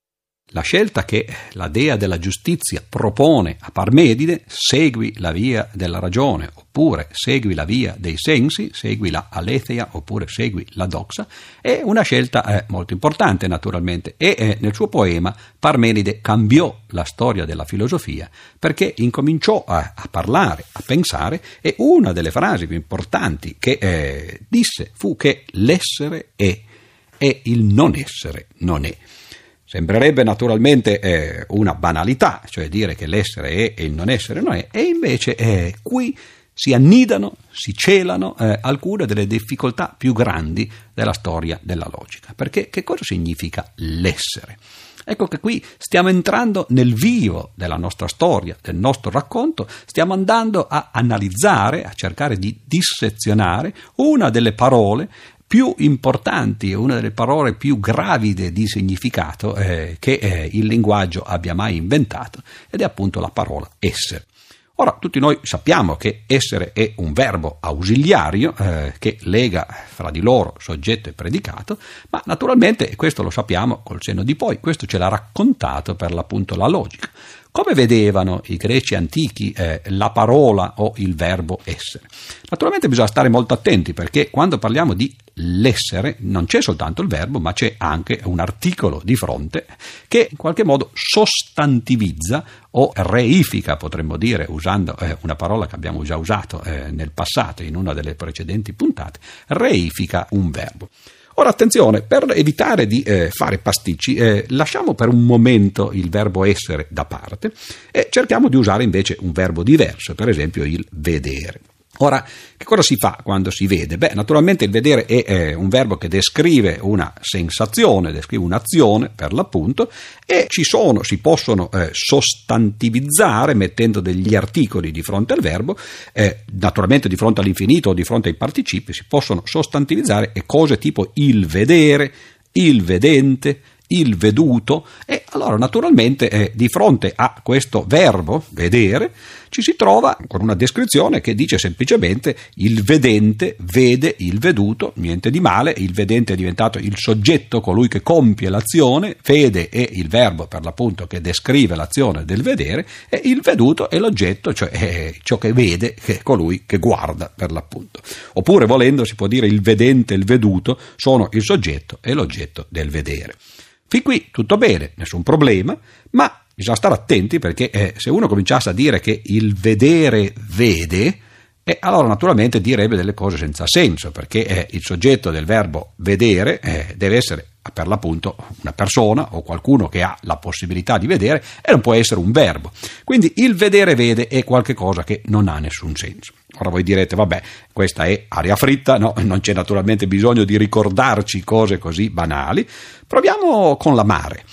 La scelta che la dea della giustizia propone a Parmenide, segui la via della ragione oppure segui la via dei sensi, segui la aletheia oppure segui la doxa, è una scelta eh, molto importante naturalmente e eh, nel suo poema Parmenide cambiò la storia della filosofia perché incominciò a, a parlare, a pensare e una delle frasi più importanti che eh, disse fu che l'essere è e il non essere non è. Sembrerebbe naturalmente eh, una banalità, cioè dire che l'essere è e il non essere non è, e invece eh, qui si annidano, si celano eh, alcune delle difficoltà più grandi della storia della logica. Perché che cosa significa l'essere? Ecco che qui stiamo entrando nel vivo della nostra storia, del nostro racconto, stiamo andando a analizzare, a cercare di dissezionare una delle parole più importanti e una delle parole più gravide di significato eh, che eh, il linguaggio abbia mai inventato, ed è appunto la parola essere. Ora, tutti noi sappiamo che essere è un verbo ausiliario eh, che lega fra di loro soggetto e predicato, ma naturalmente, e questo lo sappiamo col senno di poi, questo ce l'ha raccontato per l'appunto la logica. Come vedevano i greci antichi eh, la parola o il verbo essere? Naturalmente bisogna stare molto attenti perché quando parliamo di l'essere non c'è soltanto il verbo ma c'è anche un articolo di fronte che in qualche modo sostantivizza o reifica, potremmo dire, usando eh, una parola che abbiamo già usato eh, nel passato in una delle precedenti puntate, reifica un verbo. Ora attenzione, per evitare di eh, fare pasticci, eh, lasciamo per un momento il verbo essere da parte e cerchiamo di usare invece un verbo diverso, per esempio il vedere. Ora, che cosa si fa quando si vede? Beh, naturalmente il vedere è eh, un verbo che descrive una sensazione, descrive un'azione per l'appunto, e ci sono, si possono eh, sostantivizzare mettendo degli articoli di fronte al verbo, eh, naturalmente di fronte all'infinito o di fronte ai participi, si possono sostantivizzare e cose tipo il vedere, il vedente, il veduto, e allora naturalmente eh, di fronte a questo verbo vedere ci si trova con una descrizione che dice semplicemente il vedente vede il veduto, niente di male, il vedente è diventato il soggetto, colui che compie l'azione, vede è il verbo per l'appunto che descrive l'azione del vedere e il veduto è l'oggetto, cioè è ciò che vede, che è colui che guarda per l'appunto. Oppure volendo si può dire il vedente e il veduto sono il soggetto e l'oggetto del vedere. Fin qui tutto bene, nessun problema, ma bisogna stare attenti perché eh, se uno cominciasse a dire che il vedere vede, eh, allora naturalmente direbbe delle cose senza senso, perché eh, il soggetto del verbo vedere eh, deve essere per l'appunto una persona o qualcuno che ha la possibilità di vedere e non può essere un verbo. Quindi il vedere vede è qualcosa che non ha nessun senso. Ora voi direte, vabbè, questa è aria fritta, no, non c'è naturalmente bisogno di ricordarci cose così banali. Proviamo con l'amare.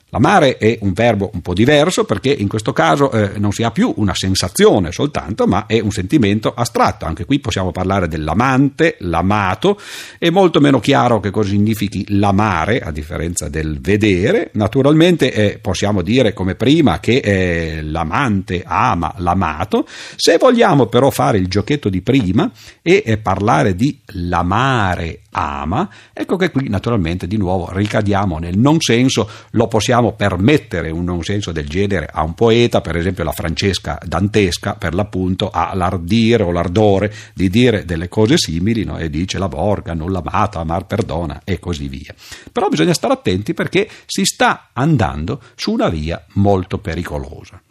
L'amare è un verbo un po' diverso perché in questo caso eh, non si ha più una sensazione soltanto, ma è un sentimento astratto. Anche qui possiamo parlare dell'amante, l'amato. È molto meno chiaro che cosa significhi l'amare, a differenza del vedere. Naturalmente eh, possiamo dire come prima che eh, l'amante ama l'amato. Se vogliamo però fare il giochetto di prima e eh, parlare di l'amare ama, ecco che qui naturalmente di nuovo ricadiamo nel non senso. Lo possiamo permettere un non senso del genere a un poeta, per esempio la Francesca dantesca per l'appunto ha l'ardire o l'ardore di dire delle cose simili, no? E dice la Borga non l'amata, amar perdona e così via. Però bisogna stare attenti perché si sta andando su una via molto pericolosa.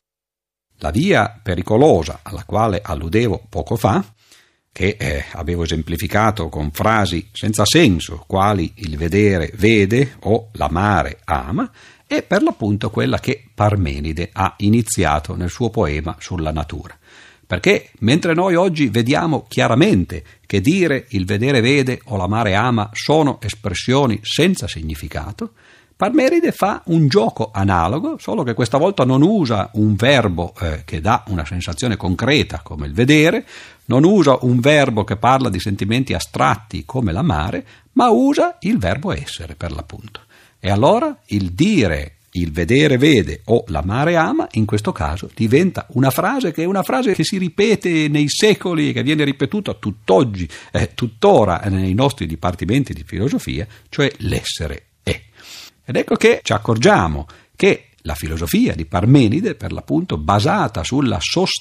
La via pericolosa alla quale alludevo poco fa, che eh, avevo esemplificato con frasi senza senso quali il vedere vede o l'amare ama, è per l'appunto quella che Parmenide ha iniziato nel suo poema sulla natura. Perché mentre noi oggi vediamo chiaramente che dire il vedere vede o l'amare ama sono espressioni senza significato, Parmenide fa un gioco analogo, solo che questa volta non usa un verbo eh, che dà una sensazione concreta come il vedere, non usa un verbo che parla di sentimenti astratti come l'amare, ma usa il verbo essere per l'appunto. E allora il dire il vedere vede o l'amare ama in questo caso diventa una frase che è una frase che si ripete nei secoli e che viene ripetuta tutt'oggi, eh, tuttora nei nostri dipartimenti di filosofia, cioè l'essere è. Ed ecco che ci accorgiamo che la filosofia di Parmenide, per l'appunto basata sulla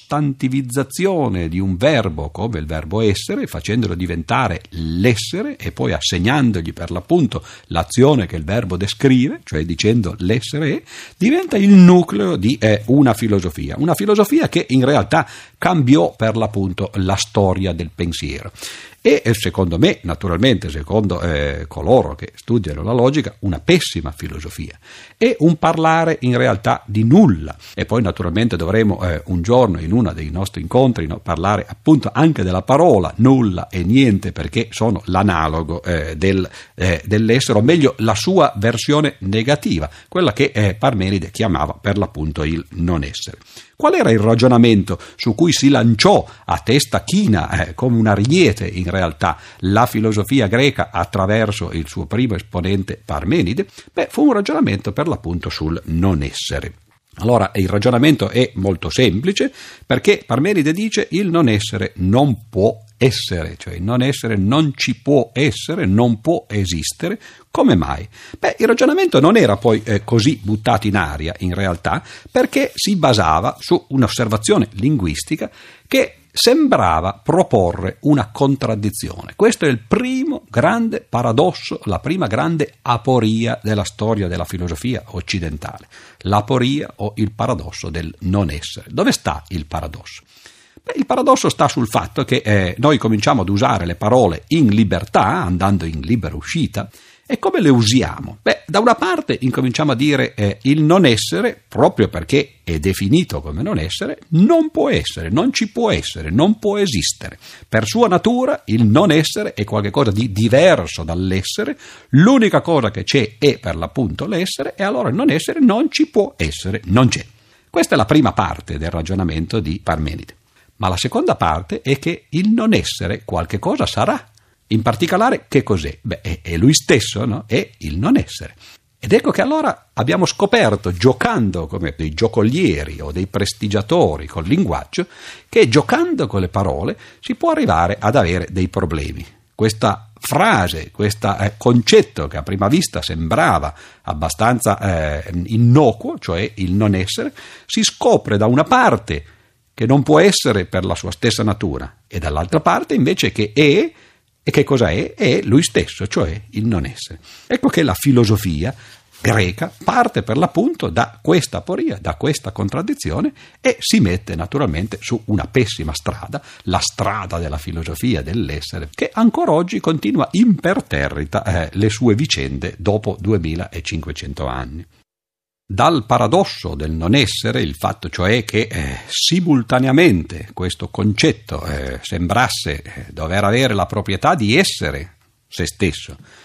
sostantivizzazione di un verbo come il verbo essere, facendolo diventare l'essere e poi assegnandogli per l'appunto l'azione che il verbo descrive, cioè dicendo l'essere è, diventa il nucleo di eh, una filosofia, una filosofia che in realtà cambiò per l'appunto la storia del pensiero. E secondo me, naturalmente, secondo eh, coloro che studiano la logica, una pessima filosofia. È un parlare in realtà di nulla. E poi naturalmente dovremo eh, un giorno in uno dei nostri incontri no, parlare appunto anche della parola nulla e niente, perché sono l'analogo eh, del, eh, dell'essere, o meglio la sua versione negativa, quella che eh, Parmenide chiamava per l'appunto il non essere. Qual era il ragionamento su cui si lanciò a testa china, eh, come un ariete in realtà, la filosofia greca attraverso il suo primo esponente Parmenide? Beh, fu un ragionamento per l'appunto sul non essere. Allora, il ragionamento è molto semplice, perché Parmenide dice il non essere non può essere, cioè il non essere non ci può essere, non può esistere. Come mai? Beh, il ragionamento non era poi eh, così buttato in aria in realtà, perché si basava su un'osservazione linguistica che sembrava proporre una contraddizione. Questo è il primo grande paradosso, la prima grande aporia della storia della filosofia occidentale, l'aporia o il paradosso del non essere. Dove sta il paradosso? Beh, il paradosso sta sul fatto che eh, noi cominciamo ad usare le parole in libertà, andando in libera uscita. E come le usiamo? Beh, da una parte incominciamo a dire eh, il non essere, proprio perché è definito come non essere, non può essere, non ci può essere, non può esistere. Per sua natura il non essere è qualcosa di diverso dall'essere, l'unica cosa che c'è è per l'appunto l'essere, e allora il non essere non ci può essere, non c'è. Questa è la prima parte del ragionamento di Parmenide. Ma la seconda parte è che il non essere qualche cosa sarà. In particolare, che cos'è? Beh, è, è lui stesso, no? È il non essere. Ed ecco che allora abbiamo scoperto, giocando come dei giocolieri o dei prestigiatori col linguaggio, che giocando con le parole si può arrivare ad avere dei problemi. Questa frase, questo eh, concetto che a prima vista sembrava abbastanza eh, innocuo, cioè il non essere, si scopre da una parte che non può essere per la sua stessa natura e dall'altra parte invece che è. E che cosa è? È lui stesso, cioè il non essere. Ecco che la filosofia greca parte per l'appunto da questa aporia, da questa contraddizione, e si mette naturalmente su una pessima strada, la strada della filosofia dell'essere, che ancora oggi continua imperterrita eh, le sue vicende dopo duemilacinquecento anni. Dal paradosso del non essere, il fatto cioè che eh, simultaneamente questo concetto eh, sembrasse eh, dover avere la proprietà di essere se stesso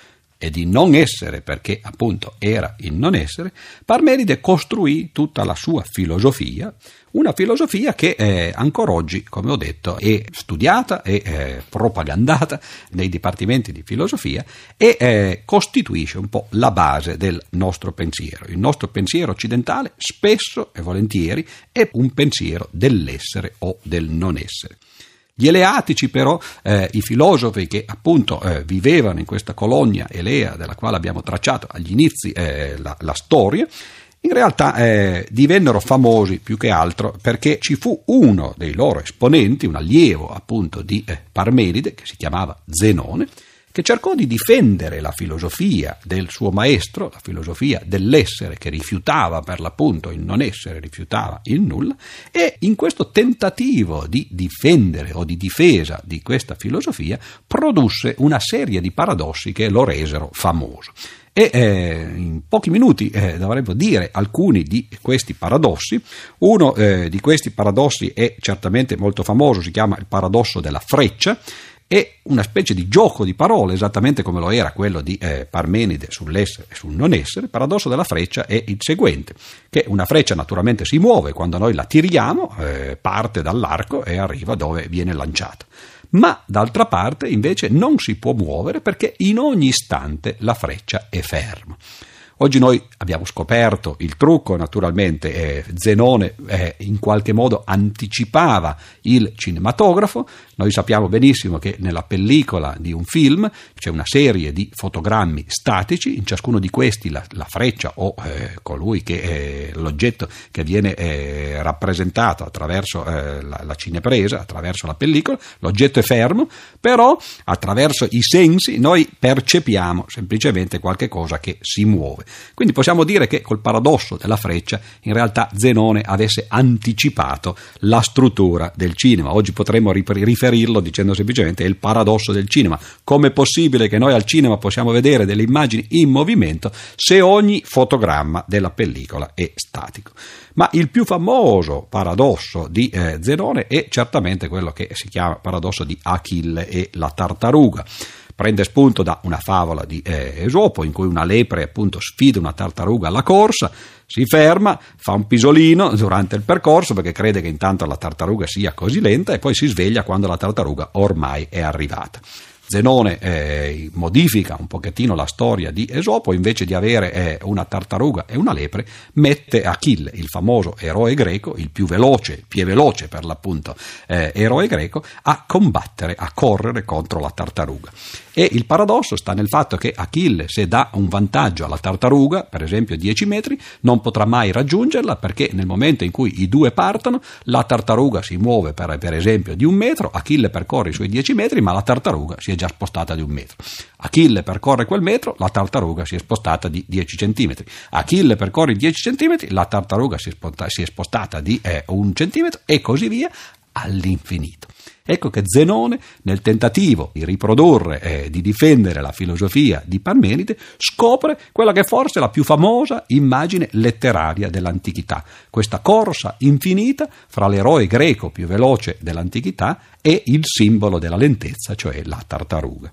e di non essere perché appunto era il non essere, Parmenide costruì tutta la sua filosofia, una filosofia che eh, ancora oggi, come ho detto, è studiata e eh, propagandata nei dipartimenti di filosofia e eh, costituisce un po' la base del nostro pensiero. Il nostro pensiero occidentale spesso e volentieri è un pensiero dell'essere o del non essere. Gli eleatici però, eh, i filosofi che appunto eh, vivevano in questa colonia elea della quale abbiamo tracciato agli inizi eh, la, la storia, in realtà eh, divennero famosi più che altro perché ci fu uno dei loro esponenti, un allievo appunto di eh, Parmenide, che si chiamava Zenone, che cercò di difendere la filosofia del suo maestro, la filosofia dell'essere, che rifiutava per l'appunto il non essere, rifiutava il nulla, e in questo tentativo di difendere o di difesa di questa filosofia produsse una serie di paradossi che lo resero famoso. E eh, in pochi minuti eh, dovremmo dire alcuni di questi paradossi. Uno eh, di questi paradossi è certamente molto famoso, si chiama il paradosso della freccia. È una specie di gioco di parole, esattamente come lo era quello di eh, Parmenide sull'essere e sul non essere. Il paradosso della freccia è il seguente, che una freccia naturalmente si muove, quando noi la tiriamo eh, parte dall'arco e arriva dove viene lanciata. Ma d'altra parte invece non si può muovere perché in ogni istante la freccia è ferma. Oggi noi abbiamo scoperto il trucco, naturalmente eh, Zenone eh, in qualche modo anticipava il cinematografo. Noi sappiamo benissimo che nella pellicola di un film c'è una serie di fotogrammi statici, in ciascuno di questi la, la freccia o eh, colui che è l'oggetto che viene eh, rappresentato attraverso eh, la, la cinepresa, attraverso la pellicola, l'oggetto è fermo, però attraverso i sensi noi percepiamo semplicemente qualche cosa che si muove. Quindi possiamo dire che col paradosso della freccia in realtà Zenone avesse anticipato la struttura del cinema. Oggi potremmo riferirlo dicendo semplicemente è il paradosso del cinema. Com'è possibile che noi al cinema possiamo vedere delle immagini in movimento se ogni fotogramma della pellicola è statico? Ma il più famoso paradosso di eh, Zenone è certamente quello che si chiama paradosso di Achille e la tartaruga. Prende spunto da una favola di eh, Esopo in cui una lepre appunto sfida una tartaruga alla corsa, si ferma, fa un pisolino durante il percorso perché crede che intanto la tartaruga sia così lenta e poi si sveglia quando la tartaruga ormai è arrivata. Zenone eh, modifica un pochettino la storia di Esopo, invece di avere eh, una tartaruga e una lepre mette Achille, il famoso eroe greco, il più veloce, il più veloce per l'appunto eh, eroe greco, a combattere, a correre contro la tartaruga. E il paradosso sta nel fatto che Achille, se dà un vantaggio alla tartaruga, per esempio dieci metri, non potrà mai raggiungerla perché nel momento in cui i due partono la tartaruga si muove per, per esempio di un metro, Achille percorre i suoi dieci metri ma la tartaruga si è già spostata di un metro. Achille percorre quel metro, la tartaruga si è spostata di dieci centimetri. Achille percorre i dieci centimetri, la tartaruga si è, spostata, si è spostata di eh, un centimetro e così via all'infinito. Ecco che Zenone, nel tentativo di riprodurre e eh, di difendere la filosofia di Parmenide, scopre quella che forse è la più famosa immagine letteraria dell'antichità, questa corsa infinita fra l'eroe greco più veloce dell'antichità e il simbolo della lentezza, cioè la tartaruga.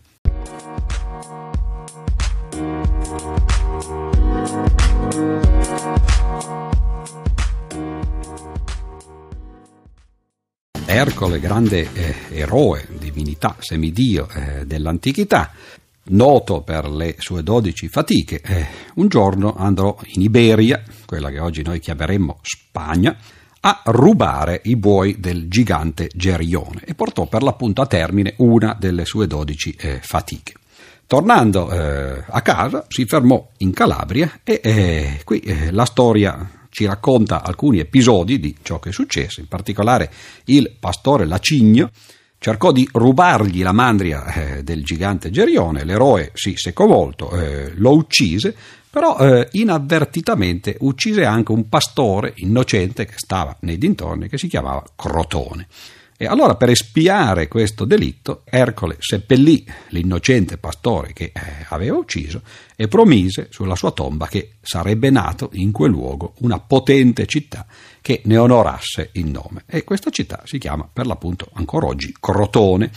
Ercole, grande eh, eroe, divinità, semidio eh, dell'antichità, noto per le sue dodici fatiche, eh, un giorno andò in Iberia, quella che oggi noi chiameremmo Spagna, a rubare i buoi del gigante Gerione e portò per l'appunto a termine una delle sue dodici eh, fatiche. Tornando eh, a casa si fermò in Calabria e eh, qui eh, la storia ci racconta alcuni episodi di ciò che successe, in particolare il pastore Lacigno cercò di rubargli la mandria eh, del gigante Gerione, l'eroe si seccò molto, eh, lo uccise, però eh, inavvertitamente uccise anche un pastore innocente che stava nei dintorni che si chiamava Crotone. E allora per espiare questo delitto Ercole seppellì l'innocente pastore che eh, aveva ucciso e promise sulla sua tomba che sarebbe nato in quel luogo una potente città che ne onorasse il nome. E questa città si chiama per l'appunto ancora oggi Crotone.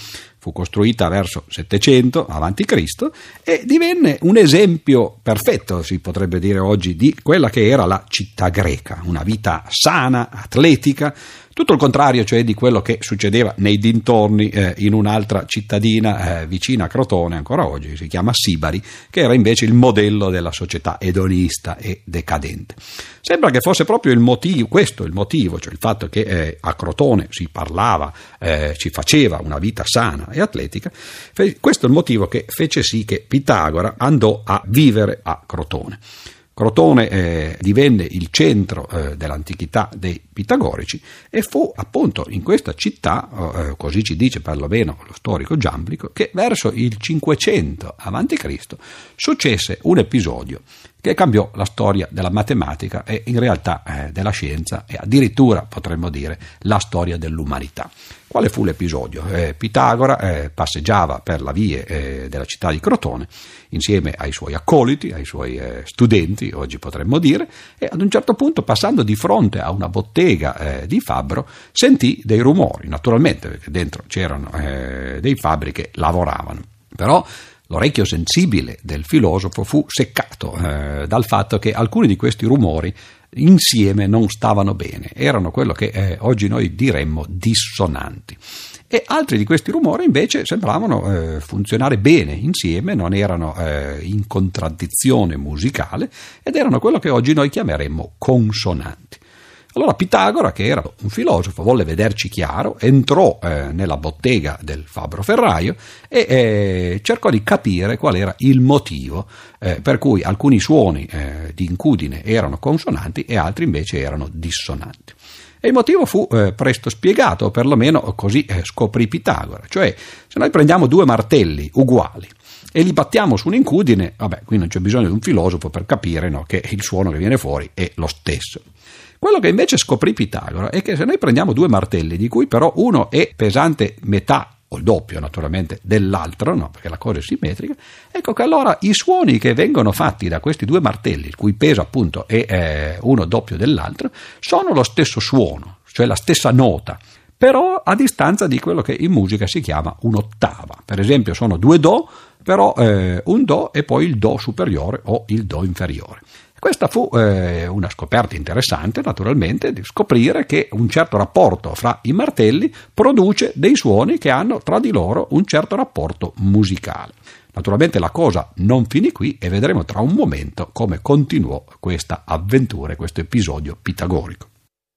fu costruita verso settecento avanti Cristo e divenne un esempio perfetto, si potrebbe dire oggi, di quella che era la città greca, una vita sana, atletica, tutto il contrario cioè di quello che succedeva nei dintorni eh, in un'altra cittadina eh, vicina a Crotone, ancora oggi si chiama Sibari, che era invece il modello della società edonista e decadente. Sembra che fosse proprio il motivo, questo il motivo, cioè il fatto che eh, a Crotone si parlava, eh, si faceva una vita sana e atletica, fe- questo è il motivo che fece sì che Pitagora andò a vivere a Crotone. Crotone eh, divenne il centro eh, dell'antichità dei pitagorici e fu appunto in questa città, eh, così ci dice perlomeno lo storico Giamblico, che verso il cinquecento avanti Cristo successe un episodio che cambiò la storia della matematica e in realtà eh, della scienza e addirittura potremmo dire la storia dell'umanità. Quale fu l'episodio? Eh, Pitagora eh, passeggiava per le vie eh, della città di Crotone insieme ai suoi accoliti, ai suoi eh, studenti, oggi potremmo dire, e ad un certo punto, passando di fronte a una bottega eh, di fabbro, sentì dei rumori, naturalmente perché dentro c'erano eh, dei fabbri che lavoravano. Però l'orecchio sensibile del filosofo fu seccato eh, dal fatto che alcuni di questi rumori insieme non stavano bene, erano quello che eh, oggi noi diremmo dissonanti, e altri di questi rumori invece sembravano eh, funzionare bene insieme, non erano eh, in contraddizione musicale ed erano quello che oggi noi chiameremmo consonanti. Allora Pitagora, che era un filosofo, volle vederci chiaro, entrò eh, nella bottega del fabbro ferraio e eh, cercò di capire qual era il motivo eh, per cui alcuni suoni eh, di incudine erano consonanti e altri invece erano dissonanti. E il motivo fu eh, presto spiegato, o perlomeno così eh, scoprì Pitagora, cioè se noi prendiamo due martelli uguali e li battiamo su un'incudine, vabbè, qui non c'è bisogno di un filosofo per capire, no, che il suono che viene fuori è lo stesso. Quello che invece scoprì Pitagora è che se noi prendiamo due martelli, di cui però uno è pesante metà, o il doppio naturalmente, dell'altro, no, perché la cosa è simmetrica, ecco che allora i suoni che vengono fatti da questi due martelli, il cui peso appunto è eh, uno doppio dell'altro, sono lo stesso suono, cioè la stessa nota, però a distanza di quello che in musica si chiama un'ottava. Per esempio sono due do, però eh, un do e poi il do superiore o il do inferiore. Questa fu eh, una scoperta interessante, naturalmente, di scoprire che un certo rapporto fra i martelli produce dei suoni che hanno tra di loro un certo rapporto musicale. Naturalmente la cosa non finì qui e vedremo tra un momento come continuò questa avventura, questo episodio pitagorico.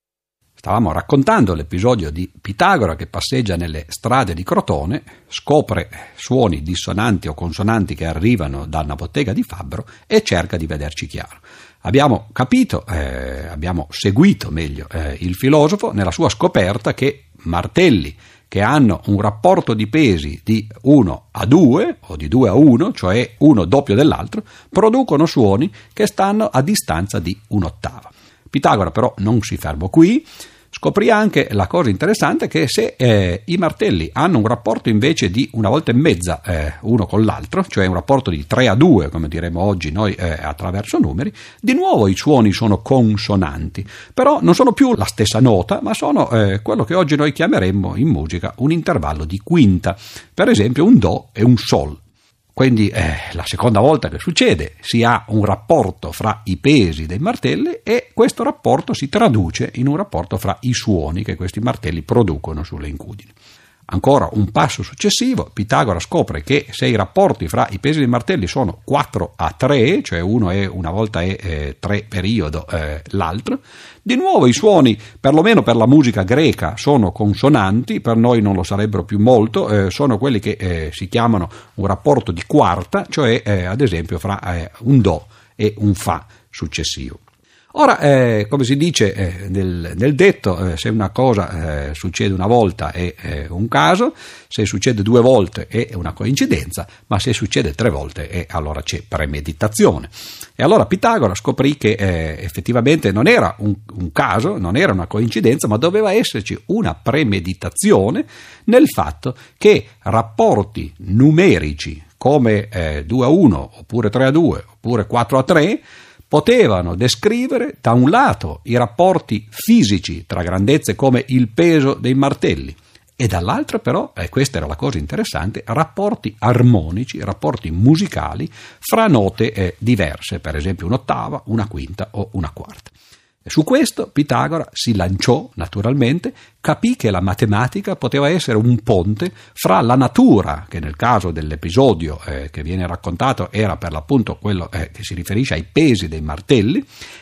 Stavamo raccontando l'episodio di Pitagora che passeggia nelle strade di Crotone, scopre suoni dissonanti o consonanti che arrivano da una bottega di fabbro e cerca di vederci chiaro. Abbiamo capito, eh, abbiamo seguito meglio eh, il filosofo nella sua scoperta che martelli che hanno un rapporto di pesi di uno a due o di due a uno, cioè uno doppio dell'altro, producono suoni che stanno a distanza di un'ottava. Pitagora però non si fermò qui, scoprì anche la cosa interessante che se eh, i martelli hanno un rapporto invece di una volta e mezza eh, uno con l'altro, cioè un rapporto di tre a due, come diremo oggi noi eh, attraverso numeri, di nuovo i suoni sono consonanti, però non sono più la stessa nota, ma sono eh, quello che oggi noi chiameremmo in musica un intervallo di quinta, per esempio un do e un sol. Quindi eh, la seconda volta che succede si ha un rapporto fra i pesi dei martelli e questo rapporto si traduce in un rapporto fra i suoni che questi martelli producono sulle incudini. Ancora un passo successivo, Pitagora scopre che se i rapporti fra i pesi dei martelli sono quattro a tre, cioè uno è una volta è eh, tre periodo eh, l'altro, di nuovo i suoni, perlomeno per la musica greca, sono consonanti, per noi non lo sarebbero più molto, eh, sono quelli che eh, si chiamano un rapporto di quarta, cioè eh, ad esempio fra eh, un do e un fa successivo. Ora, eh, come si dice eh, nel, nel detto, eh, se una cosa eh, succede una volta è eh, un caso, se succede due volte è una coincidenza, ma se succede tre volte è, allora c'è premeditazione. E allora Pitagora scoprì che eh, effettivamente non era un, un caso, non era una coincidenza, ma doveva esserci una premeditazione nel fatto che rapporti numerici come eh, due a uno, oppure tre a due, oppure quattro a tre, potevano descrivere da un lato i rapporti fisici tra grandezze come il peso dei martelli e dall'altra però, e questa era la cosa interessante, rapporti armonici, rapporti musicali fra note eh, diverse, per esempio un'ottava, una quinta o una quarta. E su questo Pitagora si lanciò naturalmente, capì che la matematica poteva essere un ponte fra la natura, che nel caso dell'episodio eh, che viene raccontato era per l'appunto quello eh, che si riferisce ai pesi dei martelli,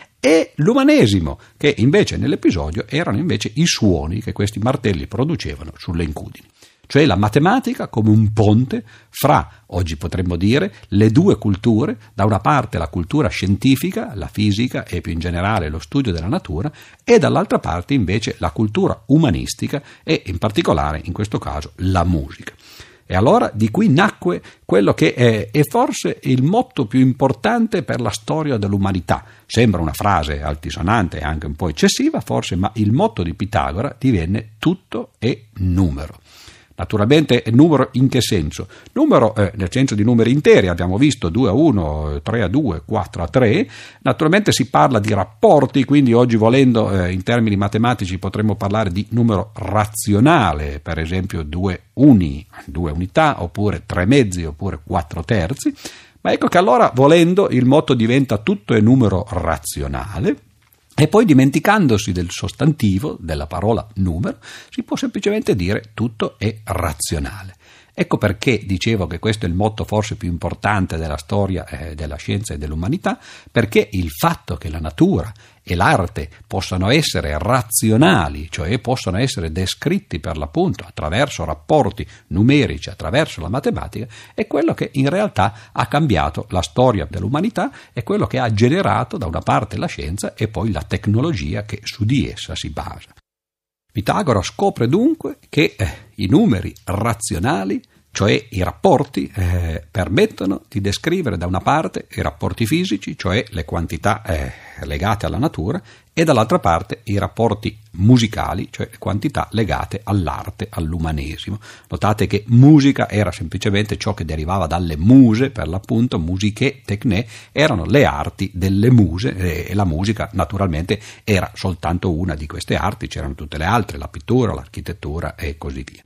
e l'umanesimo, che invece nell'episodio erano invece i suoni che questi martelli producevano sulle incudini. Cioè la matematica come un ponte fra, oggi potremmo dire, le due culture, da una parte la cultura scientifica, la fisica e più in generale lo studio della natura, e dall'altra parte invece la cultura umanistica e in particolare in questo caso la musica. E allora di qui nacque quello che è, è forse il motto più importante per la storia dell'umanità. Sembra una frase altisonante e anche un po' eccessiva forse, ma il motto di Pitagora divenne tutto è numero. Naturalmente numero in che senso? Numero eh, nel senso di numeri interi, abbiamo visto due a uno, tre a due, quattro a tre, naturalmente si parla di rapporti, quindi oggi volendo eh, in termini matematici potremmo parlare di numero razionale, per esempio due uni, due unità, oppure tre mezzi, oppure quattro terzi, ma ecco che allora volendo il motto diventa tutto è numero razionale. E poi dimenticandosi del sostantivo, della parola numero, si può semplicemente dire tutto è razionale. Ecco perché dicevo che questo è il motto forse più importante della storia eh, della scienza e dell'umanità, perché il fatto che la natura e l'arte possano essere razionali, cioè possano essere descritti per l'appunto attraverso rapporti numerici, attraverso la matematica, è quello che in realtà ha cambiato la storia dell'umanità, è quello che ha generato da una parte la scienza e poi la tecnologia che su di essa si basa. Pitagora scopre dunque che eh, i numeri razionali, cioè i rapporti, eh, permettono di descrivere da una parte i rapporti fisici, cioè le quantità eh, legate alla natura, e dall'altra parte i rapporti musicali, cioè le quantità legate all'arte, all'umanesimo. Notate che musica era semplicemente ciò che derivava dalle muse, per l'appunto, musiche, tecne, erano le arti delle muse, e la musica naturalmente era soltanto una di queste arti, c'erano tutte le altre, la pittura, l'architettura e così via.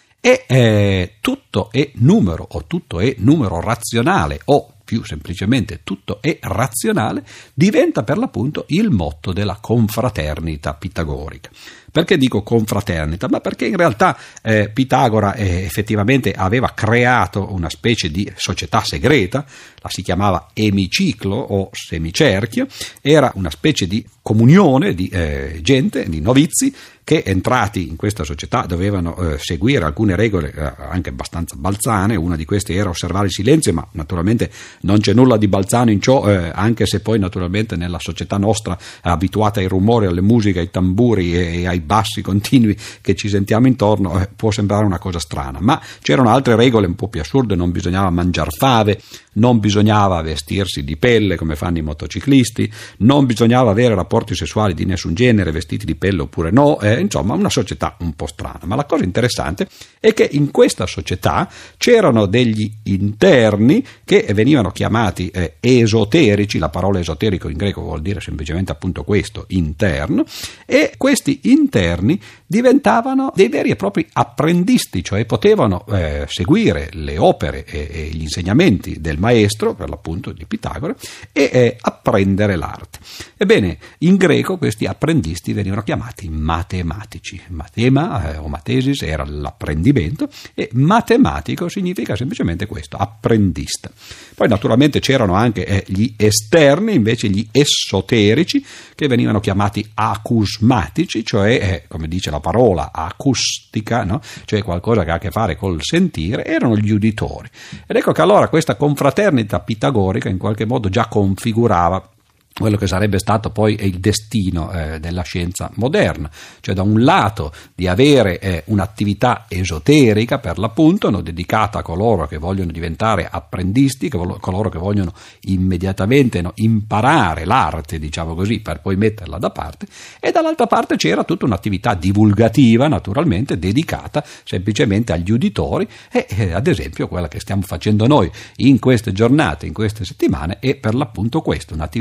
E eh, tutto è numero, o tutto è numero razionale, o più semplicemente tutto è razionale, diventa per l'appunto il motto della confraternita pitagorica. Perché dico confraternita? Ma perché in realtà eh, Pitagora eh, effettivamente aveva creato una specie di società segreta, la si chiamava emiciclo o semicerchio, era una specie di comunione di eh, gente, di novizi, che entrati in questa società dovevano eh, seguire alcune regole eh, anche abbastanza balzane. Una di queste era osservare il silenzio, ma naturalmente non c'è nulla di balzano in ciò, eh, anche se poi naturalmente nella società nostra abituata ai rumori, alle musiche, ai tamburi e, e ai bassi continui che ci sentiamo intorno, eh, può sembrare una cosa strana, ma c'erano altre regole un po' più assurde. Non bisognava mangiare fave, non bisognava vestirsi di pelle come fanno i motociclisti, non bisognava avere rapporti sessuali di nessun genere, vestiti di pelle oppure no, eh, insomma una società un po' strana. Ma la cosa interessante è che in questa società c'erano degli interni che venivano chiamati eh, esoterici, la parola esoterico in greco vuol dire semplicemente appunto questo, interno, e questi interni diventavano dei veri e propri apprendisti, cioè potevano eh, seguire le opere e, e gli insegnamenti del maestro, per l'appunto di Pitagora, e eh, apprendere l'arte. Ebbene, in greco questi apprendisti venivano chiamati matematici. Matema eh, o matesis era l'apprendimento e matematico significa semplicemente questo, apprendista. Poi naturalmente c'erano anche eh, gli esterni, invece gli esoterici, che venivano chiamati acusmatici, cioè eh, come dice la parola acustica, no? Cioè qualcosa che ha a che fare col sentire, erano gli uditori. Ed ecco che allora questa confraternita pitagorica in qualche modo già configurava quello che sarebbe stato poi il destino eh, della scienza moderna, cioè da un lato di avere eh, un'attività esoterica per l'appunto, no, dedicata a coloro che vogliono diventare apprendisti, che vol- coloro che vogliono immediatamente no, imparare l'arte, diciamo così, per poi metterla da parte, e dall'altra parte c'era tutta un'attività divulgativa naturalmente dedicata semplicemente agli uditori e eh, ad esempio quella che stiamo facendo noi in queste giornate, in queste settimane, è per l'appunto questo, un'attività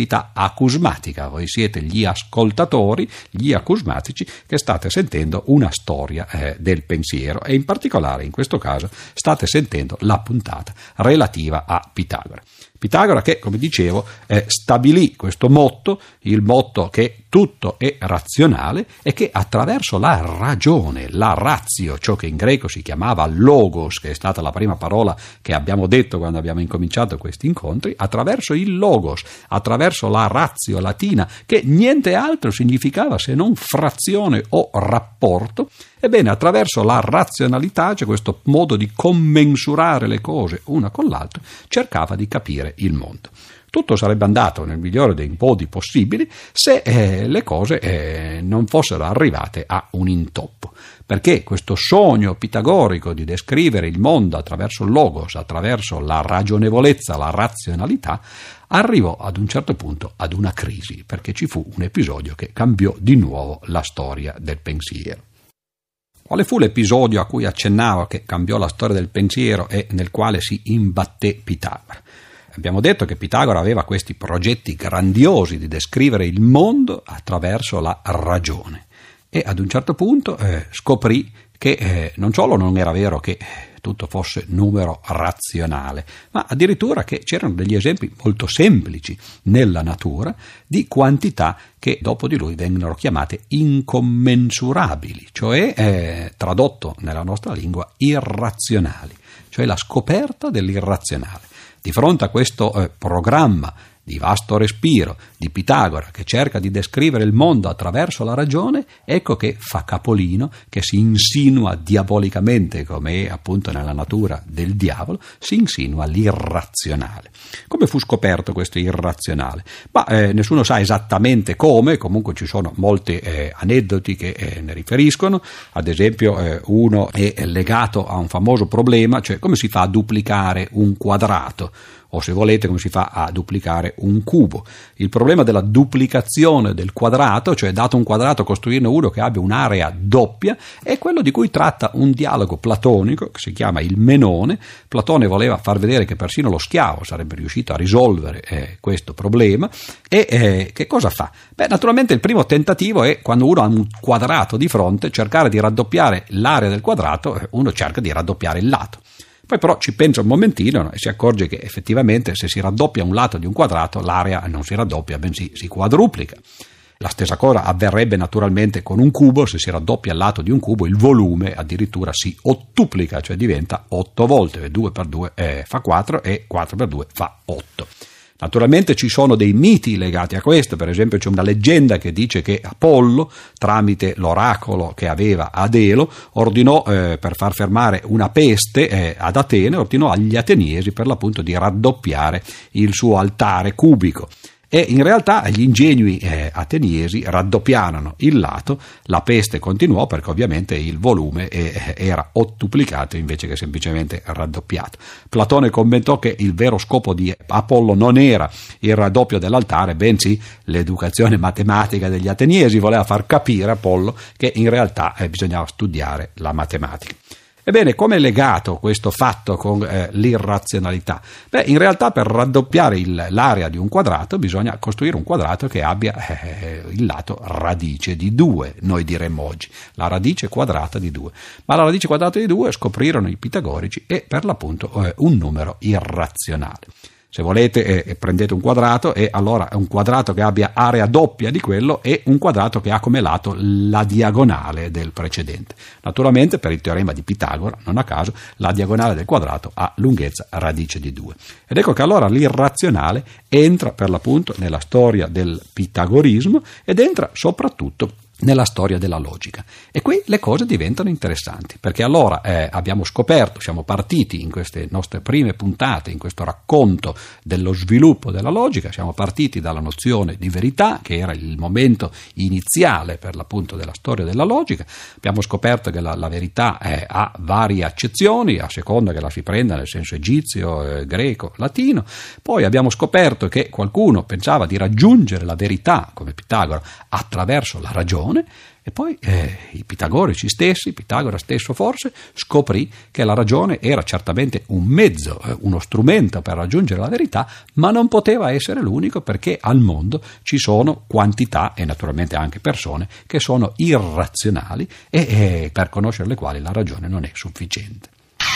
acusmatica. Voi siete gli ascoltatori, gli acusmatici, che state sentendo una storia eh, del pensiero, e in particolare in questo caso state sentendo la puntata relativa a Pitagora. Pitagora che, come dicevo, eh, stabilì questo motto, il motto che tutto è razionale e che attraverso la ragione, la ratio, ciò che in greco si chiamava logos, che è stata la prima parola che abbiamo detto quando abbiamo incominciato questi incontri, attraverso il logos, attraverso la ratio latina, che niente altro significava se non frazione o rapporto, ebbene attraverso la razionalità, cioè questo modo di commensurare le cose una con l'altra, cercava di capire il mondo. Tutto sarebbe andato nel migliore dei modi possibili se eh, le cose eh, non fossero arrivate a un intoppo, perché questo sogno pitagorico di descrivere il mondo attraverso il logos, attraverso la ragionevolezza, la razionalità, arrivò ad un certo punto ad una crisi, perché ci fu un episodio che cambiò di nuovo la storia del pensiero. Quale fu l'episodio a cui accennavo che cambiò la storia del pensiero e nel quale si imbatté Pitagora? Abbiamo detto che Pitagora aveva questi progetti grandiosi di descrivere il mondo attraverso la ragione, e ad un certo punto eh, scoprì che eh, non solo non era vero che tutto fosse numero razionale, ma addirittura che c'erano degli esempi molto semplici nella natura di quantità che dopo di lui vengono chiamate incommensurabili, cioè eh, tradotto nella nostra lingua irrazionali, cioè la scoperta dell'irrazionale. Di fronte a questo eh, programma di vasto respiro di Pitagora, che cerca di descrivere il mondo attraverso la ragione, ecco che fa capolino, che si insinua diabolicamente, come è appunto nella natura del diavolo, si insinua l'irrazionale. Come fu scoperto questo irrazionale? Ma eh, nessuno sa esattamente come, comunque ci sono molti eh, aneddoti che eh, ne riferiscono. Ad esempio eh, uno è legato a un famoso problema, cioè come si fa a duplicare un quadrato, o se volete come si fa a duplicare un cubo. Il problema della duplicazione del quadrato, cioè dato un quadrato costruirne uno che abbia un'area doppia, è quello di cui tratta un dialogo platonico che si chiama il Menone. Platone voleva far vedere che persino lo schiavo sarebbe riuscito a risolvere eh, questo problema, e eh, che cosa fa? Beh, naturalmente il primo tentativo è, quando uno ha un quadrato di fronte, cercare di raddoppiare l'area del quadrato, uno cerca di raddoppiare il lato. Poi però ci pensa un momentino, no? E si accorge che effettivamente se si raddoppia un lato di un quadrato l'area non si raddoppia, bensì si quadruplica. La stessa cosa avverrebbe naturalmente con un cubo. Se si raddoppia il lato di un cubo, il volume addirittura si ottuplica, cioè diventa otto volte, due per due eh, fa quattro e quattro per due fa otto. Naturalmente ci sono dei miti legati a questo. Per esempio c'è una leggenda che dice che Apollo, tramite l'oracolo che aveva ad Elo, ordinò eh, per far fermare una peste eh, ad Atene, ordinò agli ateniesi per l'appunto di raddoppiare il suo altare cubico. E in realtà gli ingenui eh, ateniesi raddoppiarono il lato, la peste continuò perché ovviamente il volume eh, era ottuplicato invece che semplicemente raddoppiato. Platone commentò che il vero scopo di Apollo non era il raddoppio dell'altare, bensì l'educazione matematica degli ateniesi. Voleva far capire Apollo che in realtà eh, bisognava studiare la matematica. Ebbene, come è legato questo fatto con eh, l'irrazionalità? Beh, in realtà per raddoppiare il, l'area di un quadrato bisogna costruire un quadrato che abbia eh, il lato radice di due, noi diremmo oggi, la radice quadrata di due. Ma la radice quadrata di due scoprirono i pitagorici è per l'appunto eh, un numero irrazionale. Se volete eh, prendete un quadrato e allora un quadrato che abbia area doppia di quello è un quadrato che ha come lato la diagonale del precedente. Naturalmente per il teorema di Pitagora, non a caso, la diagonale del quadrato ha lunghezza radice di due. Ed ecco che allora l'irrazionale entra per l'appunto nella storia del pitagorismo ed entra soprattutto nella storia della logica. E qui le cose diventano interessanti, perché allora eh, abbiamo scoperto, siamo partiti in queste nostre prime puntate, in questo racconto dello sviluppo della logica, siamo partiti dalla nozione di verità, che era il momento iniziale per l'appunto della storia della logica. Abbiamo scoperto che la, la verità eh, ha varie accezioni, a seconda che la si prenda nel senso egizio, eh, greco, latino. Poi abbiamo scoperto che qualcuno pensava di raggiungere la verità, come Pitagora, attraverso la ragione. E poi eh, i pitagorici stessi, Pitagora stesso forse, scoprì che la ragione era certamente un mezzo, eh, uno strumento per raggiungere la verità, ma non poteva essere l'unico, perché al mondo ci sono quantità e naturalmente anche persone che sono irrazionali e eh, per conoscere le quali la ragione non è sufficiente.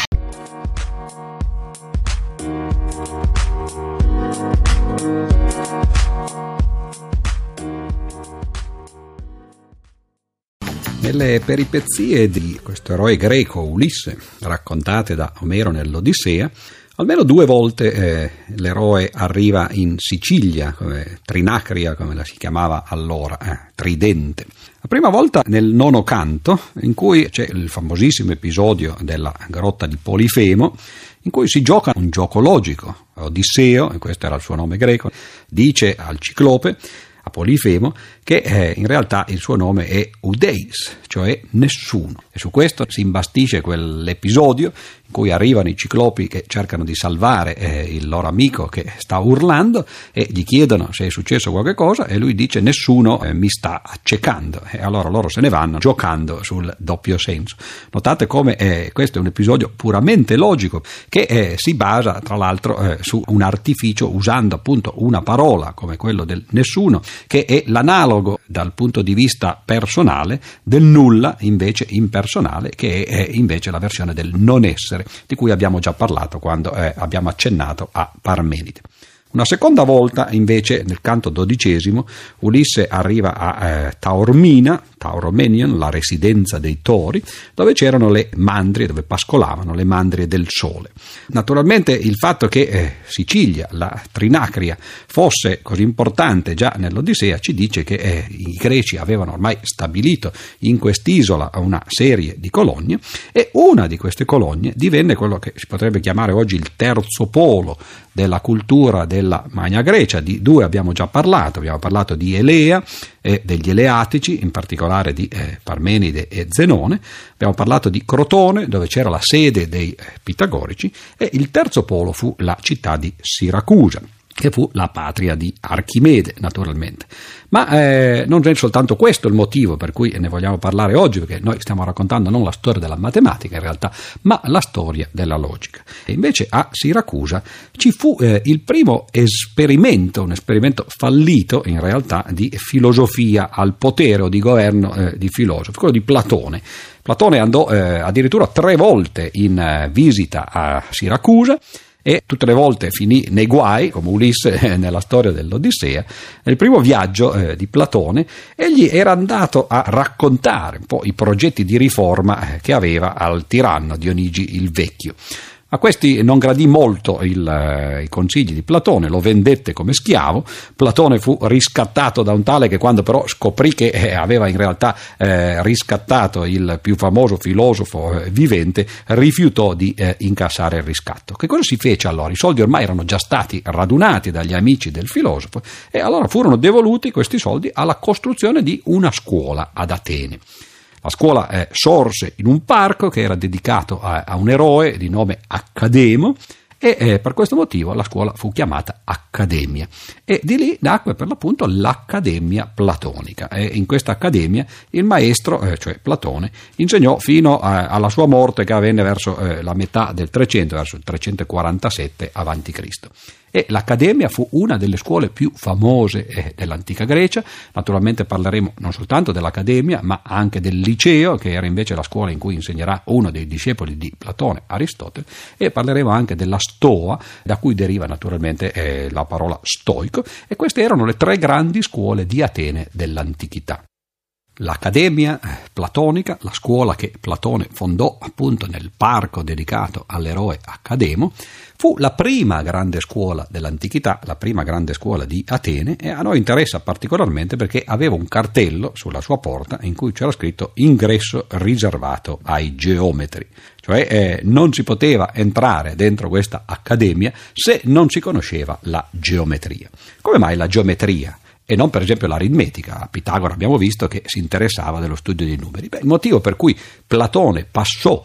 Nelle peripezie di questo eroe greco Ulisse, raccontate da Omero nell'Odissea, almeno due volte eh, l'eroe arriva in Sicilia, come Trinacria, come la si chiamava allora, eh, Tridente. La prima volta nel nono canto, in cui c'è il famosissimo episodio della grotta di Polifemo, in cui si gioca un gioco logico. Odisseo, e questo era il suo nome greco, dice al Ciclope, a Polifemo, che eh, in realtà il suo nome è Udeis, cioè nessuno. E su questo si imbastisce quell'episodio in cui arrivano i ciclopi che cercano di salvare eh, il loro amico che sta urlando e gli chiedono se è successo qualche cosa e lui dice nessuno eh, mi sta accecando, e allora loro se ne vanno giocando sul doppio senso. Notate come eh, questo è un episodio puramente logico che eh, si basa tra l'altro eh, su un artificio, usando appunto una parola come quello del nessuno, che è l'analogo dal punto di vista personale del nulla invece impersonale, che è invece la versione del non essere, di cui abbiamo già parlato quando eh, abbiamo accennato a Parmenide. Una seconda volta invece nel canto dodicesimo Ulisse arriva a eh, Taormina, Tauromenion, la residenza dei tori, dove c'erano le mandrie, dove pascolavano le mandrie del sole. Naturalmente il fatto che eh, Sicilia, la Trinacria, fosse così importante già nell'Odissea ci dice che eh, i greci avevano ormai stabilito in quest'isola una serie di colonie, e una di queste colonie divenne quello che si potrebbe chiamare oggi il terzo polo della cultura della Magna Grecia. Di due abbiamo già parlato, abbiamo parlato di Elea e degli Eleatici, in particolare di eh, Parmenide e Zenone, abbiamo parlato di Crotone, dove c'era la sede dei eh, Pitagorici, e il terzo polo fu la città di Siracusa, che fu la patria di Archimede, naturalmente. Ma eh, non è soltanto questo il motivo per cui ne vogliamo parlare oggi, perché noi stiamo raccontando non la storia della matematica in realtà, ma la storia della logica. E invece a Siracusa ci fu eh, il primo esperimento, un esperimento fallito in realtà, di filosofia al potere o di governo eh, di filosofi, quello di Platone. Platone andò eh, addirittura tre volte in eh, visita a Siracusa, e tutte le volte finì nei guai, come Ulisse eh, nella storia dell'Odissea. Nel primo viaggio eh, di Platone egli era andato a raccontare un po' i progetti di riforma eh, che aveva al tiranno Dionigi il Vecchio. A questi non gradì molto il, eh, i consigli di Platone, lo vendette come schiavo. Platone fu riscattato da un tale che, quando però scoprì che eh, aveva in realtà eh, riscattato il più famoso filosofo eh, vivente, rifiutò di eh, incassare il riscatto. Che cosa si fece allora? I soldi ormai erano già stati radunati dagli amici del filosofo, e allora furono devoluti questi soldi alla costruzione di una scuola ad Atene. La scuola eh, sorse in un parco che era dedicato a, a un eroe di nome Accademo, e eh, per questo motivo la scuola fu chiamata Accademia, e di lì nacque per l'appunto l'Accademia Platonica. E in questa accademia il maestro, eh, cioè Platone, insegnò fino a, alla sua morte, che avvenne verso eh, la metà del trecento, verso il trecentoquarantasette avanti Cristo. E l'Accademia fu una delle scuole più famose eh, dell'antica Grecia. Naturalmente parleremo non soltanto dell'Accademia, ma anche del Liceo, che era invece la scuola in cui insegnerà uno dei discepoli di Platone, Aristotele, e parleremo anche della Stoa, da cui deriva naturalmente eh, la parola stoico, e queste erano le tre grandi scuole di Atene dell'antichità. L'Accademia Platonica, la scuola che Platone fondò appunto nel parco dedicato all'eroe Accademo, fu la prima grande scuola dell'antichità, la prima grande scuola di Atene, e a noi interessa particolarmente perché aveva un cartello sulla sua porta in cui c'era scritto ingresso riservato ai geometri, cioè eh, non si poteva entrare dentro questa accademia se non si conosceva la geometria. Come mai la geometria e non per esempio l'aritmetica? A Pitagora abbiamo visto che si interessava dello studio dei numeri. Beh, il motivo per cui Platone passò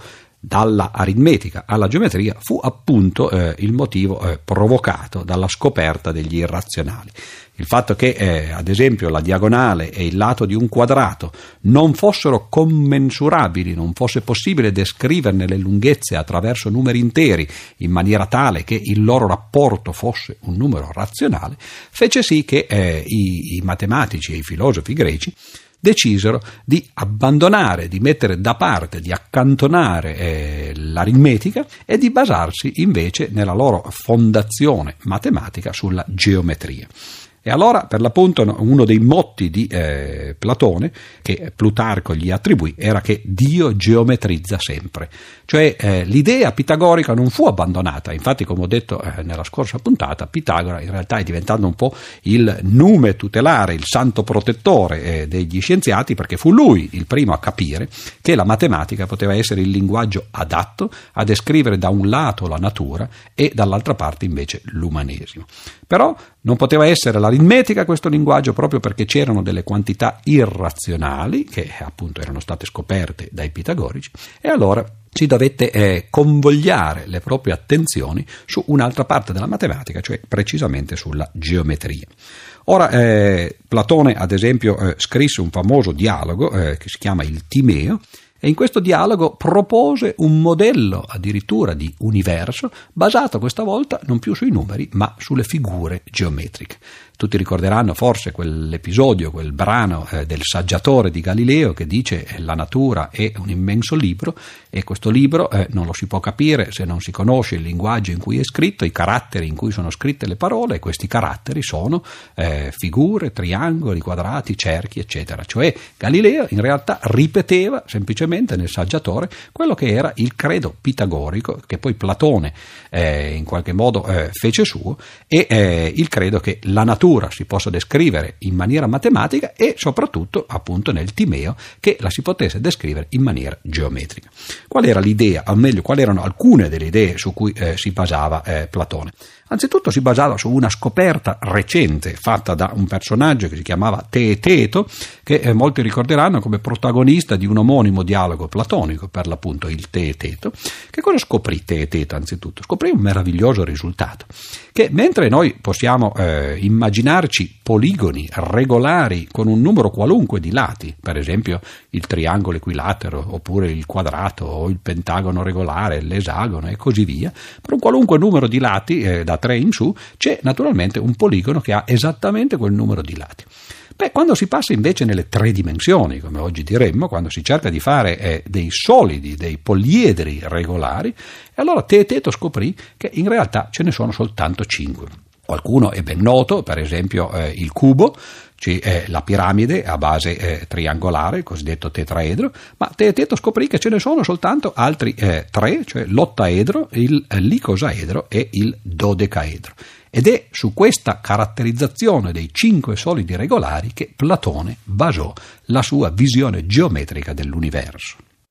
dalla aritmetica alla geometria fu appunto eh, il motivo eh, provocato dalla scoperta degli irrazionali. Il fatto che, eh, ad esempio, la diagonale e il lato di un quadrato non fossero commensurabili, non fosse possibile descriverne le lunghezze attraverso numeri interi in maniera tale che il loro rapporto fosse un numero razionale, fece sì che eh, i, i matematici e i filosofi greci decisero di abbandonare, di mettere da parte, di accantonare eh, l'aritmetica e di basarsi invece nella loro fondazione matematica sulla geometria. E allora, per l'appunto, uno dei motti di eh, Platone, che Plutarco gli attribuì, era che Dio geometrizza sempre. Cioè eh, l'idea pitagorica non fu abbandonata. Infatti, come ho detto eh, nella scorsa puntata, Pitagora in realtà è diventato un po' il nume tutelare, il santo protettore eh, degli scienziati, perché fu lui il primo a capire che la matematica poteva essere il linguaggio adatto a descrivere da un lato la natura e dall'altra parte invece l'umanesimo. Però non poteva essere l'aritmetica questo linguaggio, proprio perché c'erano delle quantità irrazionali che appunto erano state scoperte dai pitagorici, e allora si dovette eh, convogliare le proprie attenzioni su un'altra parte della matematica, cioè precisamente sulla geometria. Ora, eh, Platone, ad esempio, eh, scrisse un famoso dialogo eh, che si chiama il Timeo, e in questo dialogo propose un modello addirittura di universo basato questa volta non più sui numeri ma sulle figure geometriche. Tutti ricorderanno forse quell'episodio, quel brano eh, del saggiatore di Galileo che dice eh, la natura è un immenso libro, e questo libro eh, non lo si può capire se non si conosce il linguaggio in cui è scritto, i caratteri in cui sono scritte le parole, e questi caratteri sono eh, figure, triangoli, quadrati, cerchi, eccetera. Cioè Galileo in realtà ripeteva semplicemente nel saggiatore quello che era il credo pitagorico, che poi Platone eh, in qualche modo eh, fece suo, e eh, il credo che la natura si possa descrivere in maniera matematica, e soprattutto appunto nel Timeo che la si potesse descrivere in maniera geometrica. Qual era l'idea, o meglio quali erano alcune delle idee su cui eh, si basava eh, Platone? Anzitutto si basava su una scoperta recente fatta da un personaggio che si chiamava Teeteto, che eh, molti ricorderanno come protagonista di un omonimo dialogo platonico, per l'appunto il Teeteto. Che cosa scoprì Teeteto anzitutto? Scoprì un meraviglioso risultato, che mentre noi possiamo eh, immaginarci poligoni regolari con un numero qualunque di lati, per esempio il triangolo equilatero, oppure il quadrato, o il pentagono regolare, l'esagono e così via, per un qualunque numero di lati eh, da tre in su c'è naturalmente un poligono che ha esattamente quel numero di lati. Beh, quando si passa invece nelle tre dimensioni, come oggi diremmo, quando si cerca di fare eh, dei solidi, dei poliedri regolari, e allora Teeteto scoprì che in realtà ce ne sono soltanto cinque. Qualcuno è ben noto, per esempio eh, il cubo, cioè la piramide a base eh, triangolare, il cosiddetto tetraedro, ma Teeteto scoprì che ce ne sono soltanto altri eh, tre, cioè l'ottaedro, il l'icosaedro e il dodecaedro. Ed è su questa caratterizzazione dei cinque solidi regolari che Platone basò la sua visione geometrica dell'universo.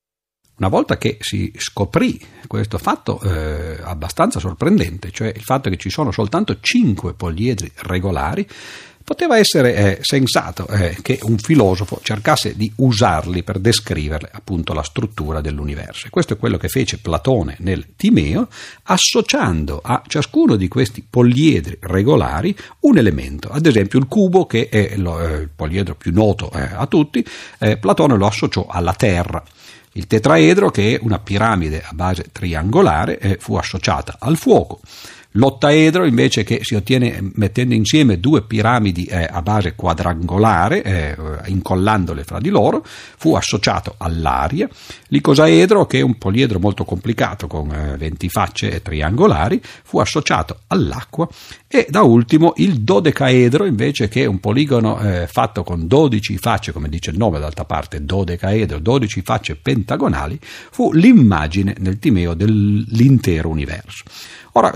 Una volta che si scoprì questo fatto eh, abbastanza sorprendente, cioè il fatto che ci sono soltanto cinque poliedri regolari, poteva essere eh, sensato eh, che un filosofo cercasse di usarli per descrivere appunto la struttura dell'universo. E questo è quello che fece Platone nel Timeo, associando a ciascuno di questi poliedri regolari un elemento. Ad esempio il cubo, che è lo, eh, il poliedro più noto eh, a tutti, eh, Platone lo associò alla Terra. Il tetraedro, che è una piramide a base triangolare, eh, fu associata al fuoco. L'ottaedro, invece, che si ottiene mettendo insieme due piramidi eh, a base quadrangolare, eh, incollandole fra di loro, fu associato all'aria. L'icosaedro, che è un poliedro molto complicato con eh, venti facce triangolari, fu associato all'acqua. E da ultimo il dodecaedro, invece, che è un poligono eh, fatto con dodici facce, come dice il nome d'altra parte, dodecaedro, dodici facce pentagonali, fu l'immagine nel Timeo dell'intero universo. Ora, questa associazione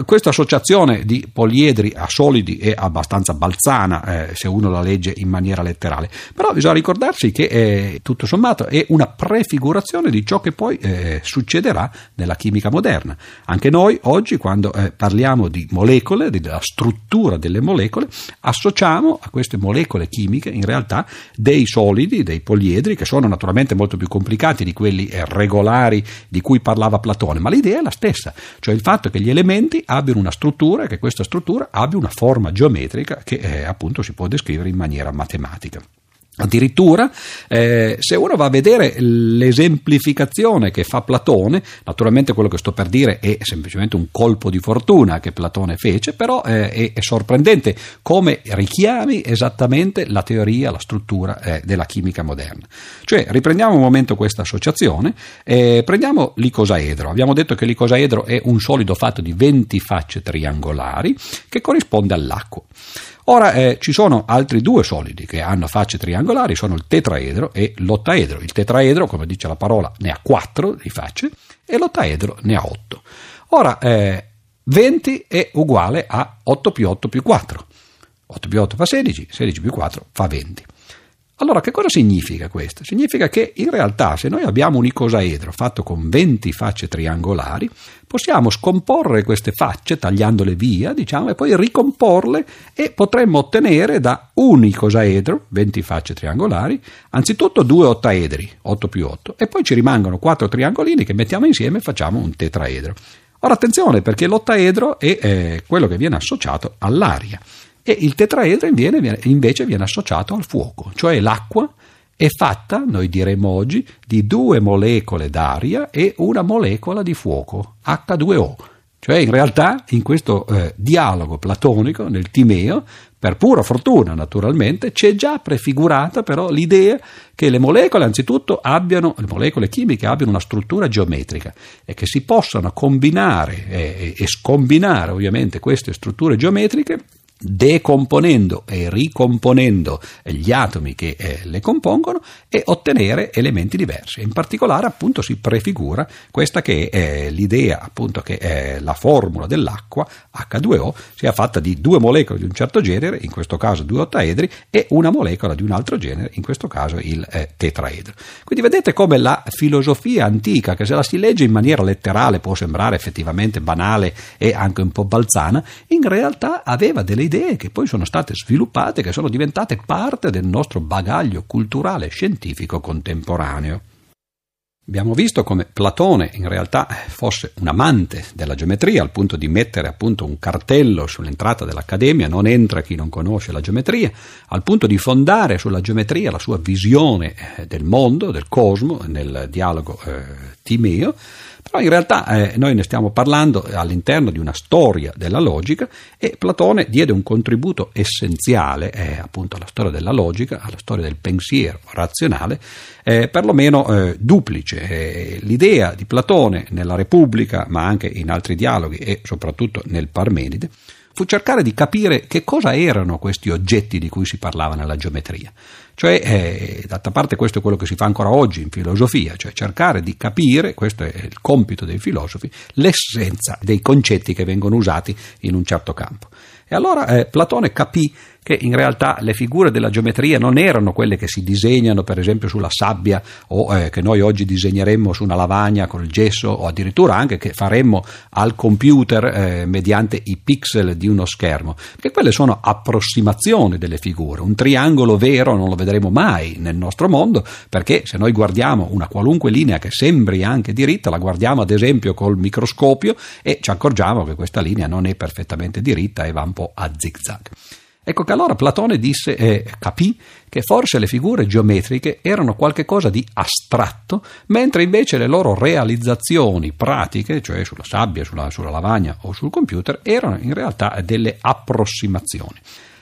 l'associazione di poliedri a solidi è abbastanza balzana eh, se uno la legge in maniera letterale, però bisogna ricordarsi che eh, tutto sommato è una prefigurazione di ciò che poi eh, succederà nella chimica moderna. Anche noi oggi, quando eh, parliamo di molecole, della struttura delle molecole, associamo a queste molecole chimiche in realtà dei solidi, dei poliedri, che sono naturalmente molto più complicati di quelli eh, regolari di cui parlava Platone, ma l'idea è la stessa, cioè il fatto che gli elementi abbiano una struttura e che questa struttura abbia una forma geometrica che eh, appunto si può descrivere in maniera matematica. Addirittura eh, se uno va a vedere l'esemplificazione che fa Platone, naturalmente quello che sto per dire è semplicemente un colpo di fortuna che Platone fece, però eh, è, è sorprendente come richiami esattamente la teoria, la struttura eh, della chimica moderna. Cioè, riprendiamo un momento questa associazione, eh, prendiamo l'icosaedro. Abbiamo detto che l'icosaedro è un solido fatto di venti facce triangolari che corrisponde all'acqua. Ora eh, ci sono altri due solidi che hanno facce triangolari, sono il tetraedro e l'ottaedro. Il tetraedro, come dice la parola, ne ha quattro di facce e l'ottaedro ne ha otto. Ora eh, venti è uguale a otto più otto più quattro. otto più otto fa sedici, sedici più quattro fa venti. Allora, che cosa significa questo? Significa che in realtà se noi abbiamo un icosaedro fatto con venti facce triangolari, possiamo scomporre queste facce tagliandole via, diciamo, e poi ricomporle e potremmo ottenere da un icosaedro, venti facce triangolari, anzitutto due ottaedri, otto più otto, e poi ci rimangono quattro triangolini che mettiamo insieme e facciamo un tetraedro. Ora attenzione, perché l'ottaedro è eh, quello che viene associato all'aria. E il tetraedro invece viene associato al fuoco, cioè l'acqua è fatta, noi diremmo oggi, di due molecole d'aria e una molecola di fuoco, acca due o. Cioè in realtà in questo eh, dialogo platonico, nel Timeo, per pura fortuna naturalmente, c'è già prefigurata però l'idea che le molecole anzitutto abbiano, le molecole chimiche abbiano una struttura geometrica e che si possano combinare eh, e scombinare ovviamente queste strutture geometriche decomponendo e ricomponendo gli atomi che eh, le compongono e ottenere elementi diversi. In particolare appunto si prefigura questa che è l'idea appunto che è la formula dell'acqua acca due o sia fatta di due molecole di un certo genere, in questo caso due ottaedri, e una molecola di un altro genere, in questo caso il eh, tetraedro. Quindi vedete come la filosofia antica, che se la si legge in maniera letterale può sembrare effettivamente banale e anche un po' balzana, in realtà aveva delle idee che poi sono state sviluppate, che sono diventate parte del nostro bagaglio culturale scientifico contemporaneo. Abbiamo visto come Platone in realtà fosse un amante della geometria, al punto di mettere appunto un cartello sull'entrata dell'Accademia: non entra chi non conosce la geometria, al punto di fondare sulla geometria la sua visione del mondo, del cosmo, nel dialogo eh, Timeo. Però in realtà eh, noi ne stiamo parlando all'interno di una storia della logica, e Platone diede un contributo essenziale eh, appunto alla storia della logica, alla storia del pensiero razionale, eh, perlomeno eh, duplice. Eh, l'idea di Platone nella Repubblica, ma anche in altri dialoghi e soprattutto nel Parmenide, fu cercare di capire che cosa erano questi oggetti di cui si parlava nella geometria. Cioè, eh, d'altra parte questo è quello che si fa ancora oggi in filosofia, cioè cercare di capire, questo è il compito dei filosofi, l'essenza dei concetti che vengono usati in un certo campo. E allora eh, Platone capì che in realtà le figure della geometria non erano quelle che si disegnano per esempio sulla sabbia, o eh, che noi oggi disegneremmo su una lavagna con il gesso, o addirittura anche che faremmo al computer eh, mediante i pixel di uno schermo, perché quelle sono approssimazioni delle figure. Un triangolo vero non lo vedremo mai nel nostro mondo, perché se noi guardiamo una qualunque linea che sembri anche diritta, la guardiamo ad esempio col microscopio e ci accorgiamo che questa linea non è perfettamente diritta e va un po' a zigzag. Ecco che allora Platone disse e eh, capì che forse le figure geometriche erano qualche cosa di astratto, mentre invece le loro realizzazioni pratiche, cioè sulla sabbia, sulla, sulla lavagna o sul computer, erano in realtà delle approssimazioni.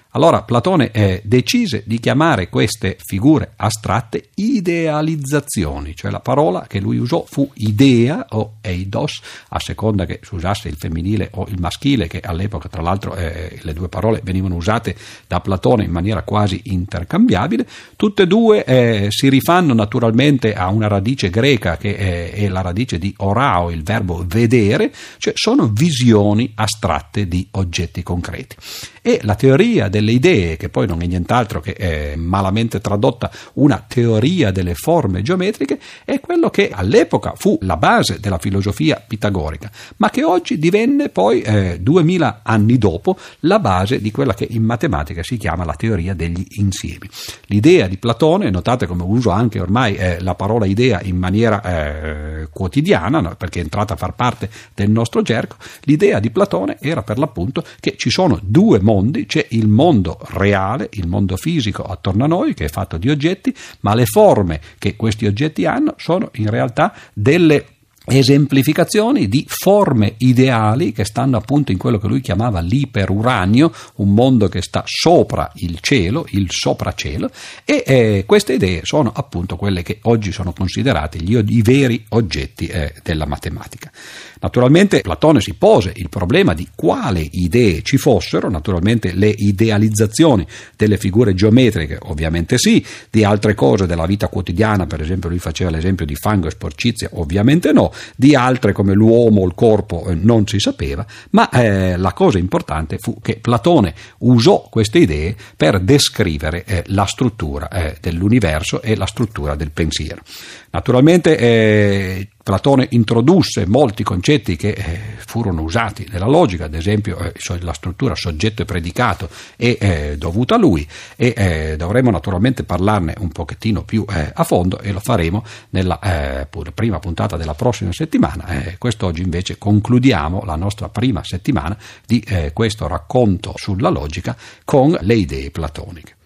Allora Platone eh, decise di chiamare queste figure astratte idealizzazioni, cioè la parola che lui usò fu idea o eidos, a seconda che si usasse il femminile o il maschile, che all'epoca tra l'altro eh, le due parole venivano usate da Platone in maniera quasi intercambiabile. Tutte e due eh, si rifanno naturalmente a una radice greca che eh, è la radice di orao, il verbo vedere, cioè sono visioni astratte di oggetti concreti. E la teoria delle idee, che poi non è nient'altro che è malamente tradotta una teoria delle forme geometriche, è quello che all'epoca fu la base della filosofia pitagorica, ma che oggi divenne poi eh, duemila anni dopo la base di quella che in matematica si chiama la teoria degli insiemi. L'idea di Platone, notate come uso anche ormai eh, la parola idea in maniera eh, quotidiana, no? Perché è entrata a far parte del nostro gergo, l'idea di Platone era per l'appunto che ci sono due mondi, c'è il mondo reale, il mondo fisico attorno a noi che è fatto di oggetti, ma le forme che questi oggetti hanno sono in realtà delle esemplificazioni di forme ideali che stanno appunto in quello che lui chiamava l'iperuranio, un mondo che sta sopra il cielo, il sopracielo, e eh, queste idee sono appunto quelle che oggi sono considerate gli, i veri oggetti eh, della matematica. Naturalmente Platone si pose il problema di quali idee ci fossero, naturalmente le idealizzazioni delle figure geometriche ovviamente sì, di altre cose della vita quotidiana, per esempio lui faceva l'esempio di fango e sporcizia, ovviamente no, di altre come l'uomo, il corpo eh, non si sapeva, ma eh, la cosa importante fu che Platone usò queste idee per descrivere eh, la struttura eh, dell'universo e la struttura del pensiero. Naturalmente eh, Platone introdusse molti concetti che eh, furono usati nella logica, ad esempio eh, la struttura soggetto e predicato è eh, dovuta a lui, e eh, dovremo naturalmente parlarne un pochettino più eh, a fondo, e lo faremo nella eh, prima puntata della prossima settimana. Eh, quest'oggi invece concludiamo la nostra prima settimana di eh, questo racconto sulla logica con le idee platoniche.